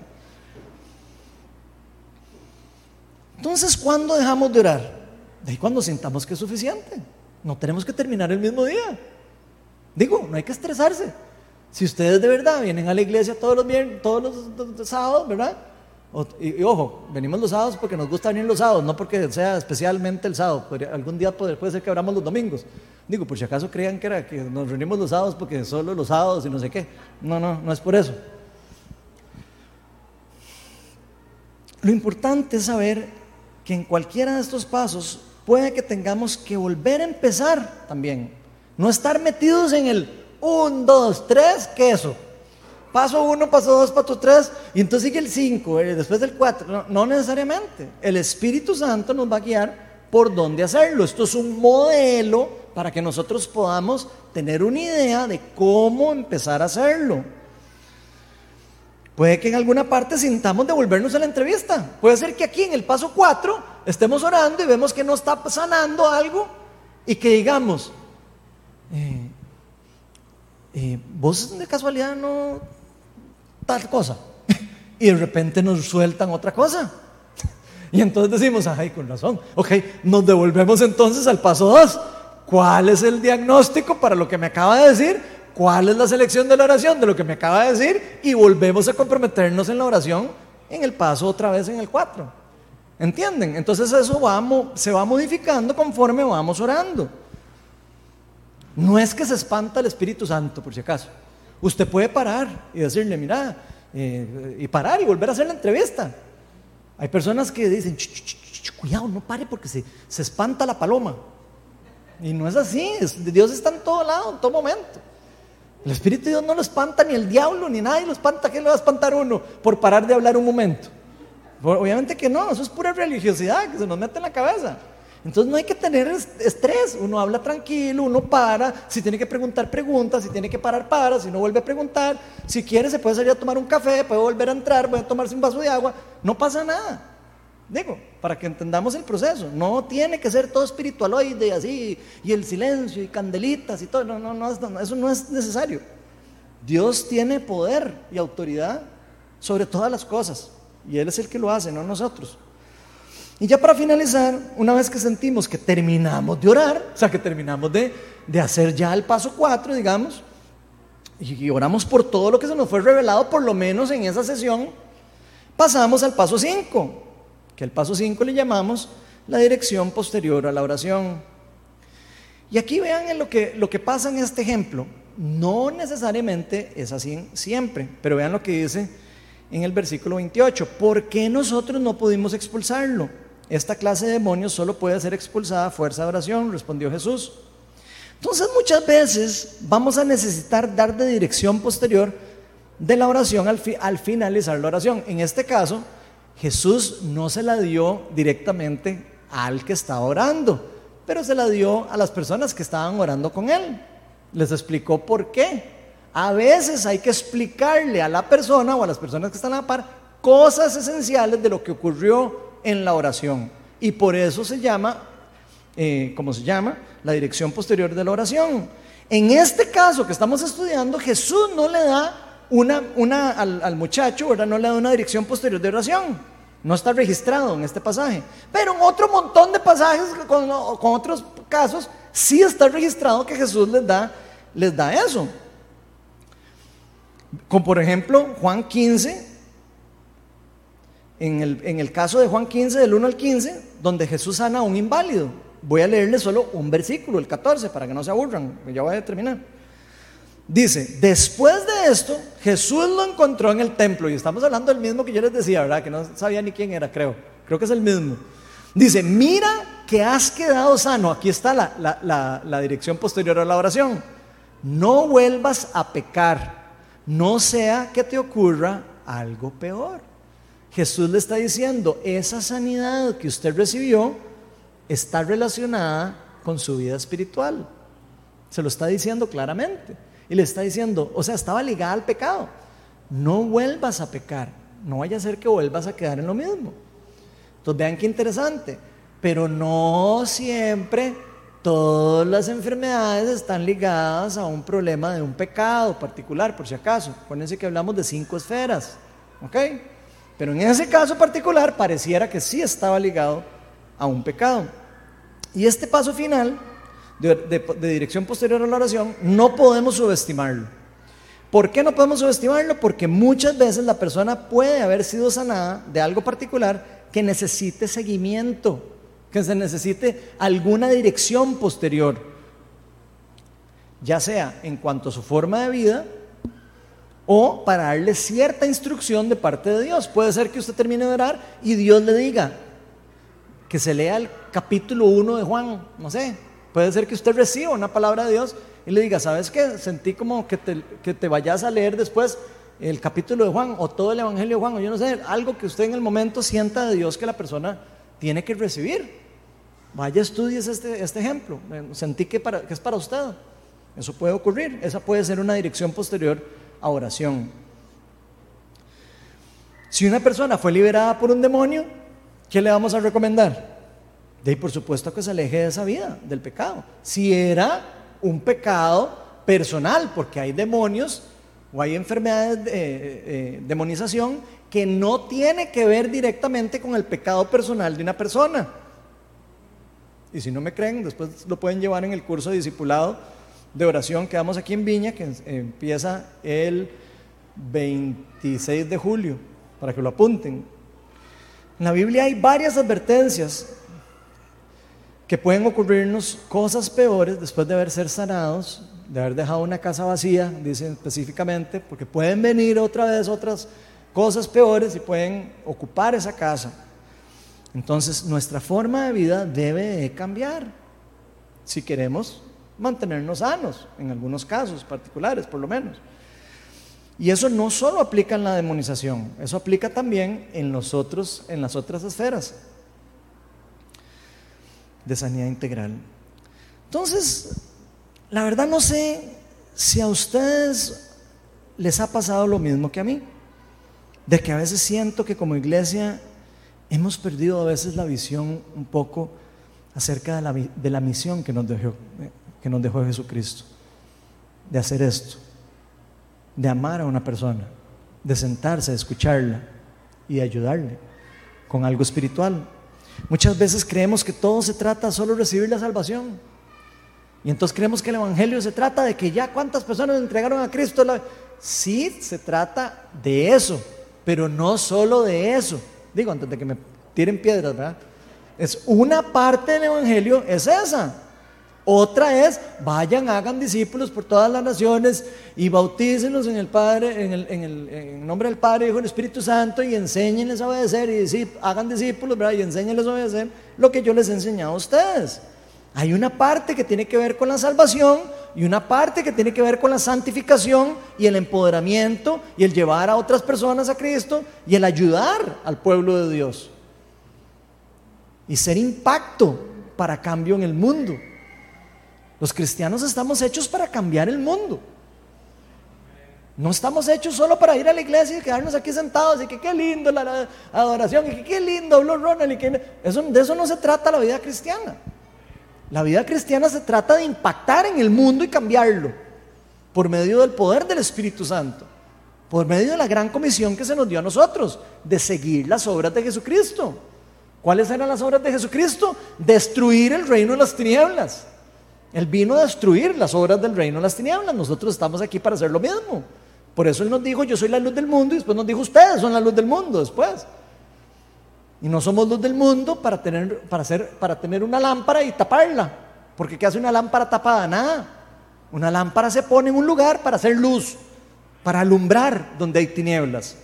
Entonces, ¿cuándo dejamos de orar? De ahí cuando sintamos que es suficiente. No tenemos que terminar el mismo día. Digo, no hay que estresarse. Si ustedes de verdad vienen a la iglesia todos los viernes, todos los, los, los sábados, ¿verdad? O, y, y ojo, venimos los sábados porque nos gusta venir los sábados, no porque sea especialmente el sábado. Podría, algún día puede, puede ser que abramos los domingos. Digo, por si acaso creían que era que nos reunimos los sábados porque solo los sábados y no sé qué. No, no, no es por eso. Lo importante es saber que en cualquiera de estos pasos puede que tengamos que volver a empezar también. No estar metidos en el uno, dos, tres, queso. Paso uno, paso dos, paso tres, y entonces sigue el cinco, eh, después del cuatro. No, no necesariamente. El Espíritu Santo nos va a guiar por dónde hacerlo. Esto es un modelo para que nosotros podamos tener una idea de cómo empezar a hacerlo. Puede que en alguna parte sintamos devolvernos a la entrevista. Puede ser que aquí en el paso cuatro estemos orando y vemos que no está sanando algo y que digamos, eh, eh, vos de casualidad no tal cosa. Y de repente nos sueltan otra cosa. Y entonces decimos, ay, con razón. Ok, nos devolvemos entonces al paso dos. ¿Cuál es el diagnóstico para lo que me acaba de decir? ¿Cuál es la selección de la oración de lo que me acaba de decir? Y volvemos a comprometernos en la oración en el paso otra vez en el cuatro. ¿Entienden? Entonces eso va, se va modificando conforme vamos orando. No es que se espanta el Espíritu Santo, por si acaso. Usted puede parar y decirle, mira, eh, y parar y volver a hacer la entrevista. Hay personas que dicen, ch, ch, ch, ch, cuidado, no pare porque se, se espanta la paloma. Y no es así, es, Dios está en todo lado, en todo momento. El Espíritu de Dios no lo espanta ni el diablo, ni nadie lo espanta. ¿Qué le va a espantar uno por parar de hablar un momento? Obviamente que no, eso es pura religiosidad que se nos mete en la cabeza. Entonces no hay que tener estrés, uno habla tranquilo, uno para, si tiene que preguntar, pregunta, si tiene que parar, para, si no vuelve a preguntar, si quiere se puede salir a tomar un café, puede volver a entrar, puede tomarse un vaso de agua, no pasa nada. Digo, para que entendamos el proceso, no tiene que ser todo espiritualoide y así, y el silencio y candelitas y todo, no, no, no, no, eso no es necesario. Dios tiene poder y autoridad sobre todas las cosas, y Él es el que lo hace, no nosotros. Y ya para finalizar, una vez que sentimos que terminamos de orar, o sea que terminamos de, de hacer ya el paso cuatro, digamos, y, y oramos por todo lo que se nos fue revelado, por lo menos en esa sesión, pasamos al paso cinco, que el paso cinco le llamamos la dirección posterior a la oración. Y aquí vean en lo que, lo que pasa en este ejemplo. No necesariamente es así siempre, pero vean lo que dice en el versículo veintiocho. ¿Por qué nosotros no pudimos expulsarlo? Esta clase de demonios solo puede ser expulsada a fuerza de oración, respondió Jesús. Entonces muchas veces vamos a necesitar dar de dirección posterior de la oración al, fi, al finalizar la oración. En este caso, Jesús no se la dio directamente al que estaba orando, pero se la dio a las personas que estaban orando con él. Les explicó por qué. A veces hay que explicarle a la persona o a las personas que están a la par cosas esenciales de lo que ocurrió en la oración. Y por eso se llama, eh, ¿cómo se llama? La dirección posterior de la oración. En este caso que estamos estudiando, Jesús no le da una, una al, al muchacho, ¿verdad? No le da una dirección posterior de oración. No está registrado en este pasaje. Pero en otro montón de pasajes, con, con otros casos, sí está registrado que Jesús les da, les da eso. Como por ejemplo Juan quince, en el, en el caso de Juan quince del uno al quince, donde Jesús sana a un inválido. Voy a leerles solo un versículo, el catorce, para que no se aburran, ya voy a terminar. Dice: después de esto, Jesús lo encontró en el templo, y estamos hablando del mismo que yo les decía, ¿verdad? Que no sabía ni quién era, creo, creo que es el mismo. Dice: mira que has quedado sano. Aquí está la, la, la, la dirección posterior a la oración. No vuelvas a pecar, no sea que te ocurra algo peor. Jesús le está diciendo, esa sanidad que usted recibió está relacionada con su vida espiritual. Se lo está diciendo claramente. Y le está diciendo, o sea, estaba ligada al pecado. No vuelvas a pecar, no vaya a ser que vuelvas a quedar en lo mismo. Entonces vean qué interesante. Pero no siempre todas las enfermedades están ligadas a un problema de un pecado particular, por si acaso. Acuérdense que hablamos de cinco esferas, ¿ok? Pero en ese caso particular pareciera que sí estaba ligado a un pecado. Y este paso final de, de, de dirección posterior a la oración no podemos subestimarlo. ¿Por qué no podemos subestimarlo? Porque muchas veces la persona puede haber sido sanada de algo particular que necesite seguimiento, que se necesite alguna dirección posterior, ya sea en cuanto a su forma de vida o para darle cierta instrucción de parte de Dios. Puede ser que usted termine de orar y Dios le diga que se lea el capítulo uno de Juan, no sé. Puede ser que usted reciba una palabra de Dios y le diga, ¿sabes qué? Sentí como que te, que te vayas a leer después el capítulo de Juan o todo el evangelio de Juan, o yo no sé, algo que usted en el momento sienta de Dios que la persona tiene que recibir. Vaya, estudies este, este ejemplo. Sentí que, para, que es para usted. Eso puede ocurrir. Esa puede ser una dirección posterior a oración. Si una persona fue liberada por un demonio, ¿qué le vamos a recomendar? De ahí, por supuesto, que se aleje de esa vida, del pecado. Si era un pecado personal, porque hay demonios o hay enfermedades de eh, demonización que no tiene que ver directamente con el pecado personal de una persona. Y si no me creen, después lo pueden llevar en el curso de discipulado de oración que damos aquí en Viña, que empieza el veintiséis de julio, para que lo apunten. En la Biblia hay varias advertencias que pueden ocurrirnos cosas peores después de haber sido sanados, de haber dejado una casa vacía, dicen específicamente, porque pueden venir otra vez otras cosas peores y pueden ocupar esa casa. Entonces nuestra forma de vida debe de cambiar si queremos mantenernos sanos, en algunos casos particulares por lo menos. Y eso no solo aplica en la demonización, eso aplica también en, los otros, en las otras esferas de sanidad integral. Entonces, la verdad no sé si a ustedes les ha pasado lo mismo que a mí, de que a veces siento que como iglesia hemos perdido a veces la visión un poco acerca de la, de la misión que nos dejó, que nos dejó Jesucristo, de hacer esto, de amar a una persona, de sentarse, de escucharla y de ayudarle con algo espiritual. Muchas veces creemos que todo se trata solo de recibir la salvación, y entonces creemos que el evangelio se trata de que ya cuántas personas entregaron a Cristo. La... Sí, se trata de eso, pero no solo de eso. Digo, antes de que me tiren piedras, ¿verdad? Es una parte del evangelio, es esa. Otra es, vayan, hagan discípulos por todas las naciones y bautícenlos en el Padre, en el, en el, en el nombre del Padre, Hijo y del Espíritu Santo, y enséñenles a obedecer, y decir, hagan discípulos, ¿verdad? Y enséñenles a obedecer lo que yo les he enseñado a ustedes. Hay una parte que tiene que ver con la salvación y una parte que tiene que ver con la santificación y el empoderamiento y el llevar a otras personas a Cristo y el ayudar al pueblo de Dios y ser impacto para cambio en el mundo. Los cristianos estamos hechos para cambiar el mundo. No estamos hechos solo para ir a la iglesia y quedarnos aquí sentados y que qué lindo la adoración y que qué lindo habló Ronald y que eso, de eso no se trata la vida cristiana. La vida cristiana se trata de impactar en el mundo y cambiarlo por medio del poder del Espíritu Santo, por medio de la gran comisión que se nos dio a nosotros de seguir las obras de Jesucristo. ¿Cuáles eran las obras de Jesucristo? Destruir el reino de las tinieblas. Él vino a destruir las obras del reino de las tinieblas. Nosotros estamos aquí para hacer lo mismo. Por eso Él nos dijo, yo soy la luz del mundo, y después nos dijo, ustedes son la luz del mundo después. Y no somos luz del mundo para tener, para hacer, para tener una lámpara y taparla. Porque ¿qué hace una lámpara tapada? Nada. Una lámpara se pone en un lugar para hacer luz, para alumbrar donde hay tinieblas.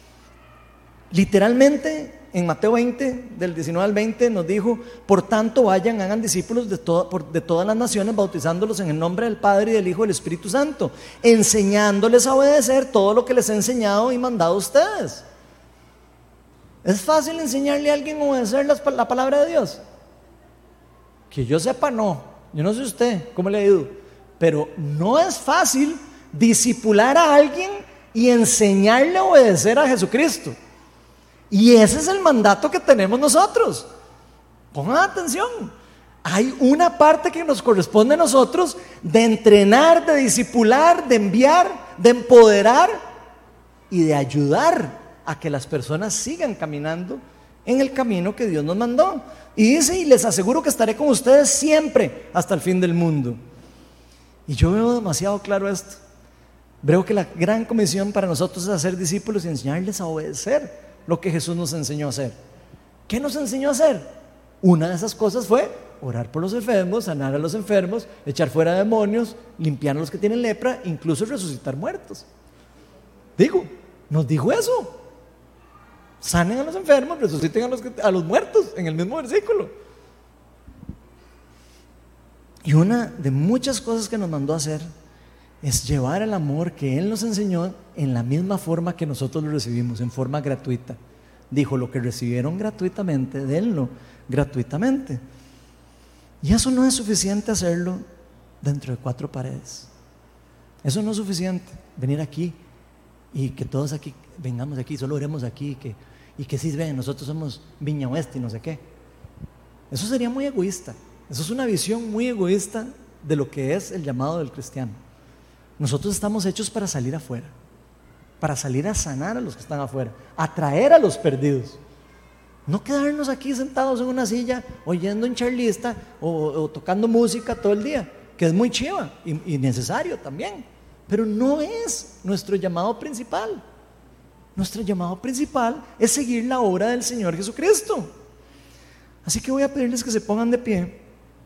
Literalmente, en Mateo veinte, del diecinueve al veinte, nos dijo, por tanto vayan, hagan discípulos de, todo, por, de todas las naciones, bautizándolos en el nombre del Padre y del Hijo y del Espíritu Santo, enseñándoles a obedecer todo lo que les he enseñado y mandado a ustedes. ¿Es fácil enseñarle a alguien a obedecer la, la palabra de Dios? Que yo sepa, no. Yo no sé usted cómo le ha ido, pero no es fácil discipular a alguien y enseñarle a obedecer a Jesucristo. Y ese es el mandato que tenemos nosotros. Pongan atención. Hay una parte que nos corresponde a nosotros de entrenar, de discipular, de enviar, de empoderar y de ayudar a que las personas sigan caminando en el camino que Dios nos mandó. Y dice, y les aseguro que estaré con ustedes siempre hasta el fin del mundo. Y yo veo demasiado claro esto. Veo que la gran comisión para nosotros es hacer discípulos y enseñarles a obedecer lo que Jesús nos enseñó a hacer. ¿Qué nos enseñó a hacer? Una de esas cosas fue orar por los enfermos, sanar a los enfermos, echar fuera demonios, limpiar a los que tienen lepra, incluso resucitar muertos. Digo, nos dijo eso. Sanen a los enfermos, resuciten a los, a los muertos, en el mismo versículo. Y una de muchas cosas que nos mandó a hacer es llevar el amor que Él nos enseñó en la misma forma que nosotros lo recibimos, en forma gratuita. Dijo, lo que recibieron gratuitamente, denlo gratuitamente. Y eso no es suficiente hacerlo dentro de cuatro paredes. Eso no es suficiente, venir aquí y que todos aquí, vengamos aquí, solo oremos aquí, y que, y que sí, ven, nosotros somos Viña Oeste y no sé qué. Eso sería muy egoísta. Eso es una visión muy egoísta de lo que es el llamado del cristiano. Nosotros estamos hechos para salir afuera, para salir a sanar a los que están afuera, a traer a los perdidos. No quedarnos aquí sentados en una silla oyendo un charlista o, o tocando música todo el día, que es muy chiva y, y necesario también, pero no es nuestro llamado principal. Nuestro llamado principal es seguir la obra del Señor Jesucristo. Así que voy a pedirles que se pongan de pie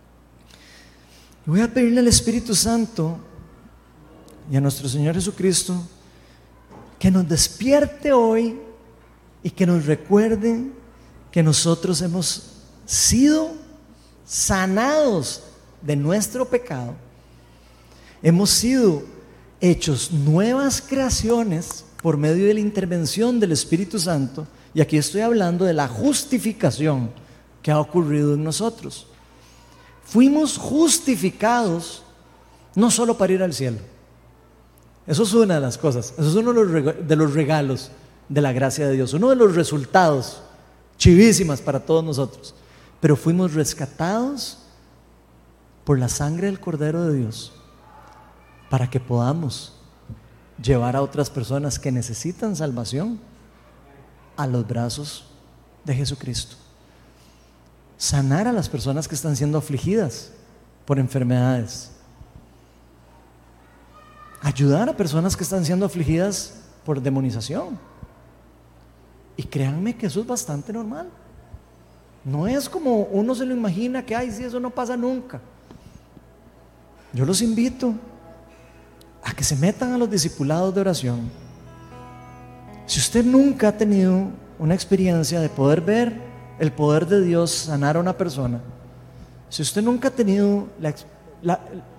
y voy a pedirle al Espíritu Santo y a nuestro Señor Jesucristo que nos despierte hoy y que nos recuerde que nosotros hemos sido sanados de nuestro pecado, hemos sido hechos nuevas creaciones por medio de la intervención del Espíritu Santo, y aquí estoy hablando de la justificación que ha ocurrido en nosotros. Fuimos justificados no solo para ir al cielo. Eso es una de las cosas, eso es uno de los regalos de la gracia de Dios, uno de los resultados chivísimas para todos nosotros. Pero fuimos rescatados por la sangre del Cordero de Dios para que podamos llevar a otras personas que necesitan salvación a los brazos de Jesucristo. Sanar a las personas que están siendo afligidas por enfermedades. Ayudar a personas que están siendo afligidas por demonización. Y créanme que eso es bastante normal. No es como uno se lo imagina, que ay, sí, eso no pasa nunca. Yo los invito a que se metan a los discipulados de oración. Si usted nunca ha tenido una experiencia de poder ver el poder de Dios sanar a una persona, si usted nunca ha tenido la, la,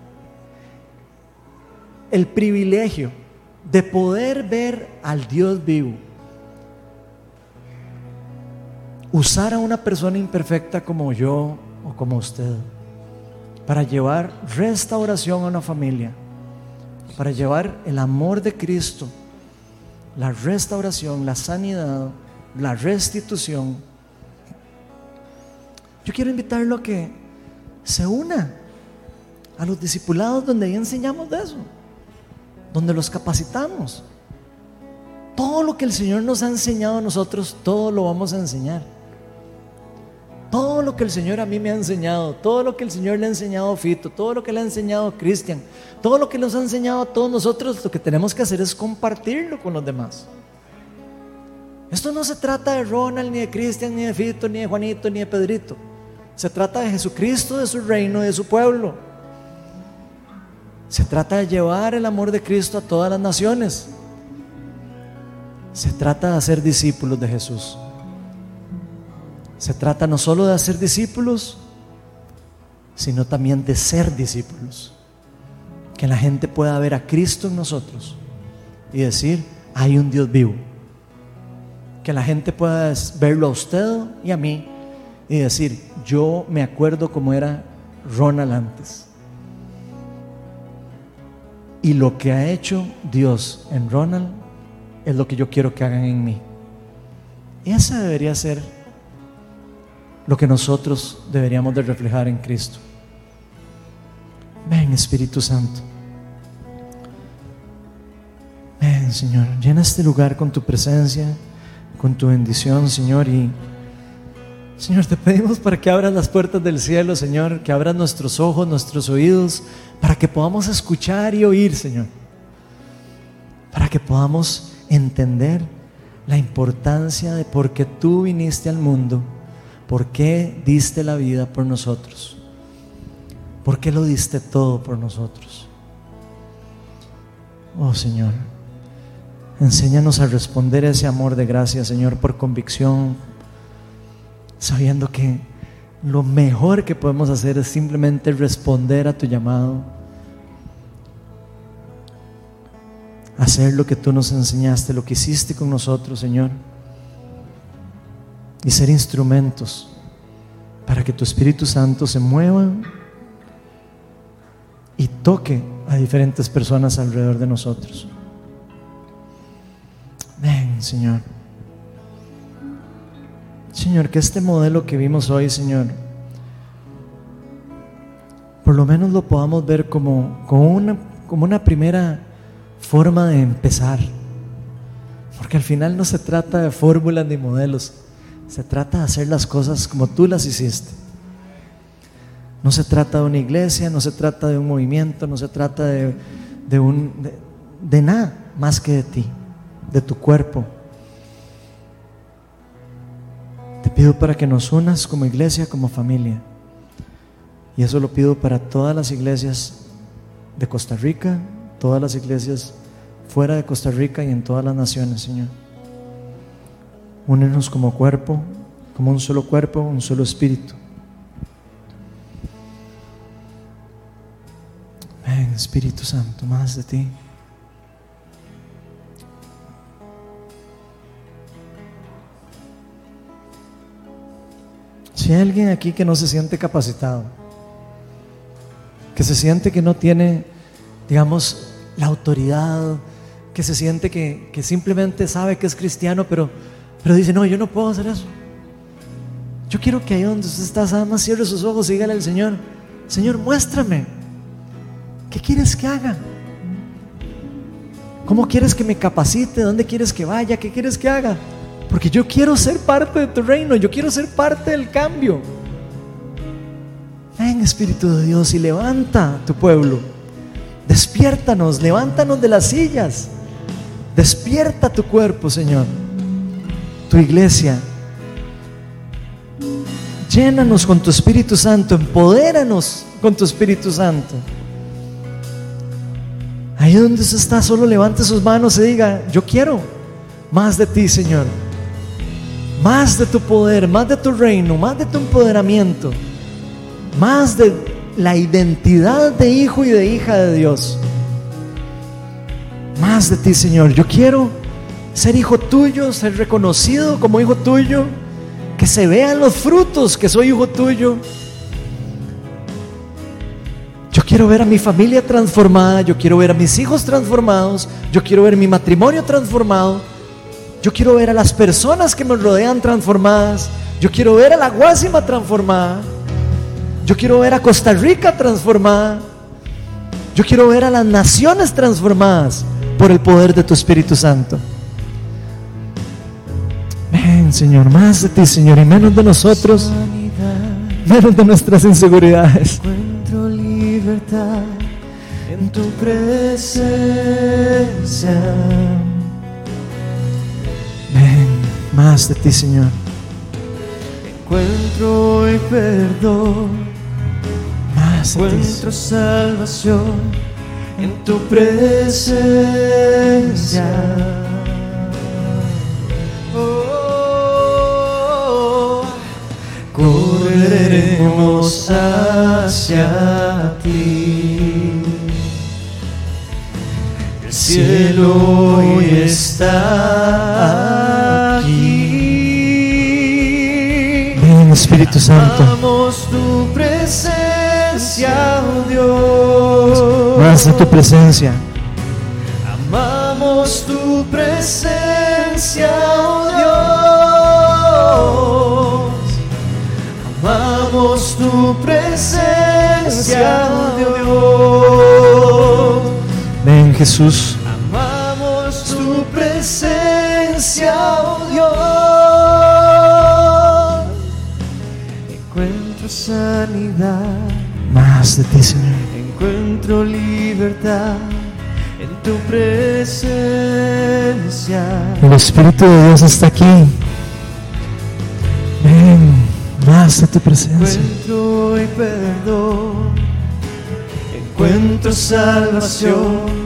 el privilegio de poder ver al Dios vivo, usar a una persona imperfecta como yo o como usted para llevar restauración a una familia, para llevar el amor de Cristo, la restauración, la sanidad, la restitución, yo quiero invitarlo a que se una a los discipulados donde ahí enseñamos de eso, donde los capacitamos. Todo lo que el Señor nos ha enseñado a nosotros, todo lo vamos a enseñar. Todo lo que el Señor a mí me ha enseñado, todo lo que el Señor le ha enseñado a Fito, todo lo que le ha enseñado a Cristian, todo lo que nos ha enseñado a todos nosotros, lo que tenemos que hacer es compartirlo con los demás. Esto no se trata de Ronald, ni de Cristian, ni de Fito, ni de Juanito, ni de Pedrito. Se trata de Jesucristo, de su reino, de su pueblo. Se trata de llevar el amor de Cristo a todas las naciones. Se trata de hacer discípulos de Jesús. Se trata no solo de hacer discípulos, sino también de ser discípulos. Que la gente pueda ver a Cristo en nosotros y decir, hay un Dios vivo. Que la gente pueda verlo a usted y a mí y decir, yo me acuerdo cómo era Ronald antes. Y lo que ha hecho Dios en Ronald es lo que yo quiero que hagan en mí. Y ese debería ser lo que nosotros deberíamos de reflejar en Cristo. Ven, Espíritu Santo. Ven, Señor, llena este lugar con tu presencia, con tu bendición, Señor. Y Señor, te pedimos para que abras las puertas del cielo, Señor, que abras nuestros ojos, nuestros oídos, para que podamos escuchar y oír, Señor, para que podamos entender la importancia de por qué tú viniste al mundo, por qué diste la vida por nosotros, por qué lo diste todo por nosotros. Oh, Señor, enséñanos a responder a ese amor de gracia, Señor, por convicción, sabiendo que lo mejor que podemos hacer es simplemente responder a tu llamado, hacer lo que tú nos enseñaste, lo que hiciste con nosotros, Señor, y ser instrumentos para que tu Espíritu Santo se mueva y toque a diferentes personas alrededor de nosotros. Ven, Señor. Señor, que este modelo que vimos hoy, Señor, por lo menos lo podamos ver como, como, una, como una primera forma de empezar, porque al final no se trata de fórmulas ni modelos, se trata de hacer las cosas como tú las hiciste. No se trata de una iglesia, no se trata de un movimiento, no se trata de, de, un, de, de nada más que de ti, de tu cuerpo. Te pido para que nos unas como iglesia, como familia, y eso lo pido para todas las iglesias de Costa Rica, todas las iglesias fuera de Costa Rica y en todas las naciones, Señor. Únenos como cuerpo, como un solo cuerpo, un solo espíritu. Ven, Espíritu Santo, más de ti. Si hay alguien aquí que no se siente capacitado, que se siente que no tiene, digamos, la autoridad, que se siente que, que simplemente sabe que es cristiano, pero, pero dice, no, yo no puedo hacer eso. Yo quiero que ahí donde usted está, nada más cierre sus ojos y dígale al Señor, Señor, muéstrame, ¿qué quieres que haga? ¿Cómo quieres que me capacite? ¿Dónde quieres que vaya? ¿Qué quieres que haga? Porque yo quiero ser parte de tu reino, yo quiero ser parte del cambio. Ven, Espíritu de Dios, y levanta tu pueblo. Despiértanos, levántanos de las sillas. Despierta tu cuerpo, Señor, tu iglesia. Llénanos con tu Espíritu Santo, empodéranos con tu Espíritu Santo. Ahí donde usted está, solo levante sus manos y diga, yo quiero más de ti, Señor, más de tu poder, más de tu reino, más de tu empoderamiento. más de la identidad de hijo y de hija de Dios. Más de ti, Señor. Yo quiero ser hijo tuyo, ser reconocido como hijo tuyo, que se vean los frutos que soy hijo tuyo. Yo quiero ver a mi familia transformada, yo quiero ver a mis hijos transformados, yo quiero ver mi matrimonio transformado, yo quiero ver a las personas que me rodean transformadas, yo quiero ver a la Guásima transformada, yo quiero ver a Costa Rica transformada, yo quiero ver a las naciones transformadas por el poder de tu Espíritu Santo. Ven, Señor, más de ti, Señor, y menos de nosotros, menos de nuestras inseguridades. Encuentro libertad en tu presencia. Ven, más de ti, Señor. Encuentro hoy perdón, Más de ti, encuentro salvación en tu presencia. Oh, correremos hacia ti. El cielo hoy está aquí. ven, Espíritu Santo. Amamos tu presencia, oh Dios. Más de tu presencia. Amamos tu presencia, oh Dios. Amamos tu presencia, oh Dios. Ven, Jesús. Amamos tu presencia, oh Dios. Encuentro sanidad, Más de ti, Señor. encuentro libertad en tu presencia. El Espíritu de Dios está aquí. Ven, más de tu presencia. Encuentro hoy perdón, encuentro salvación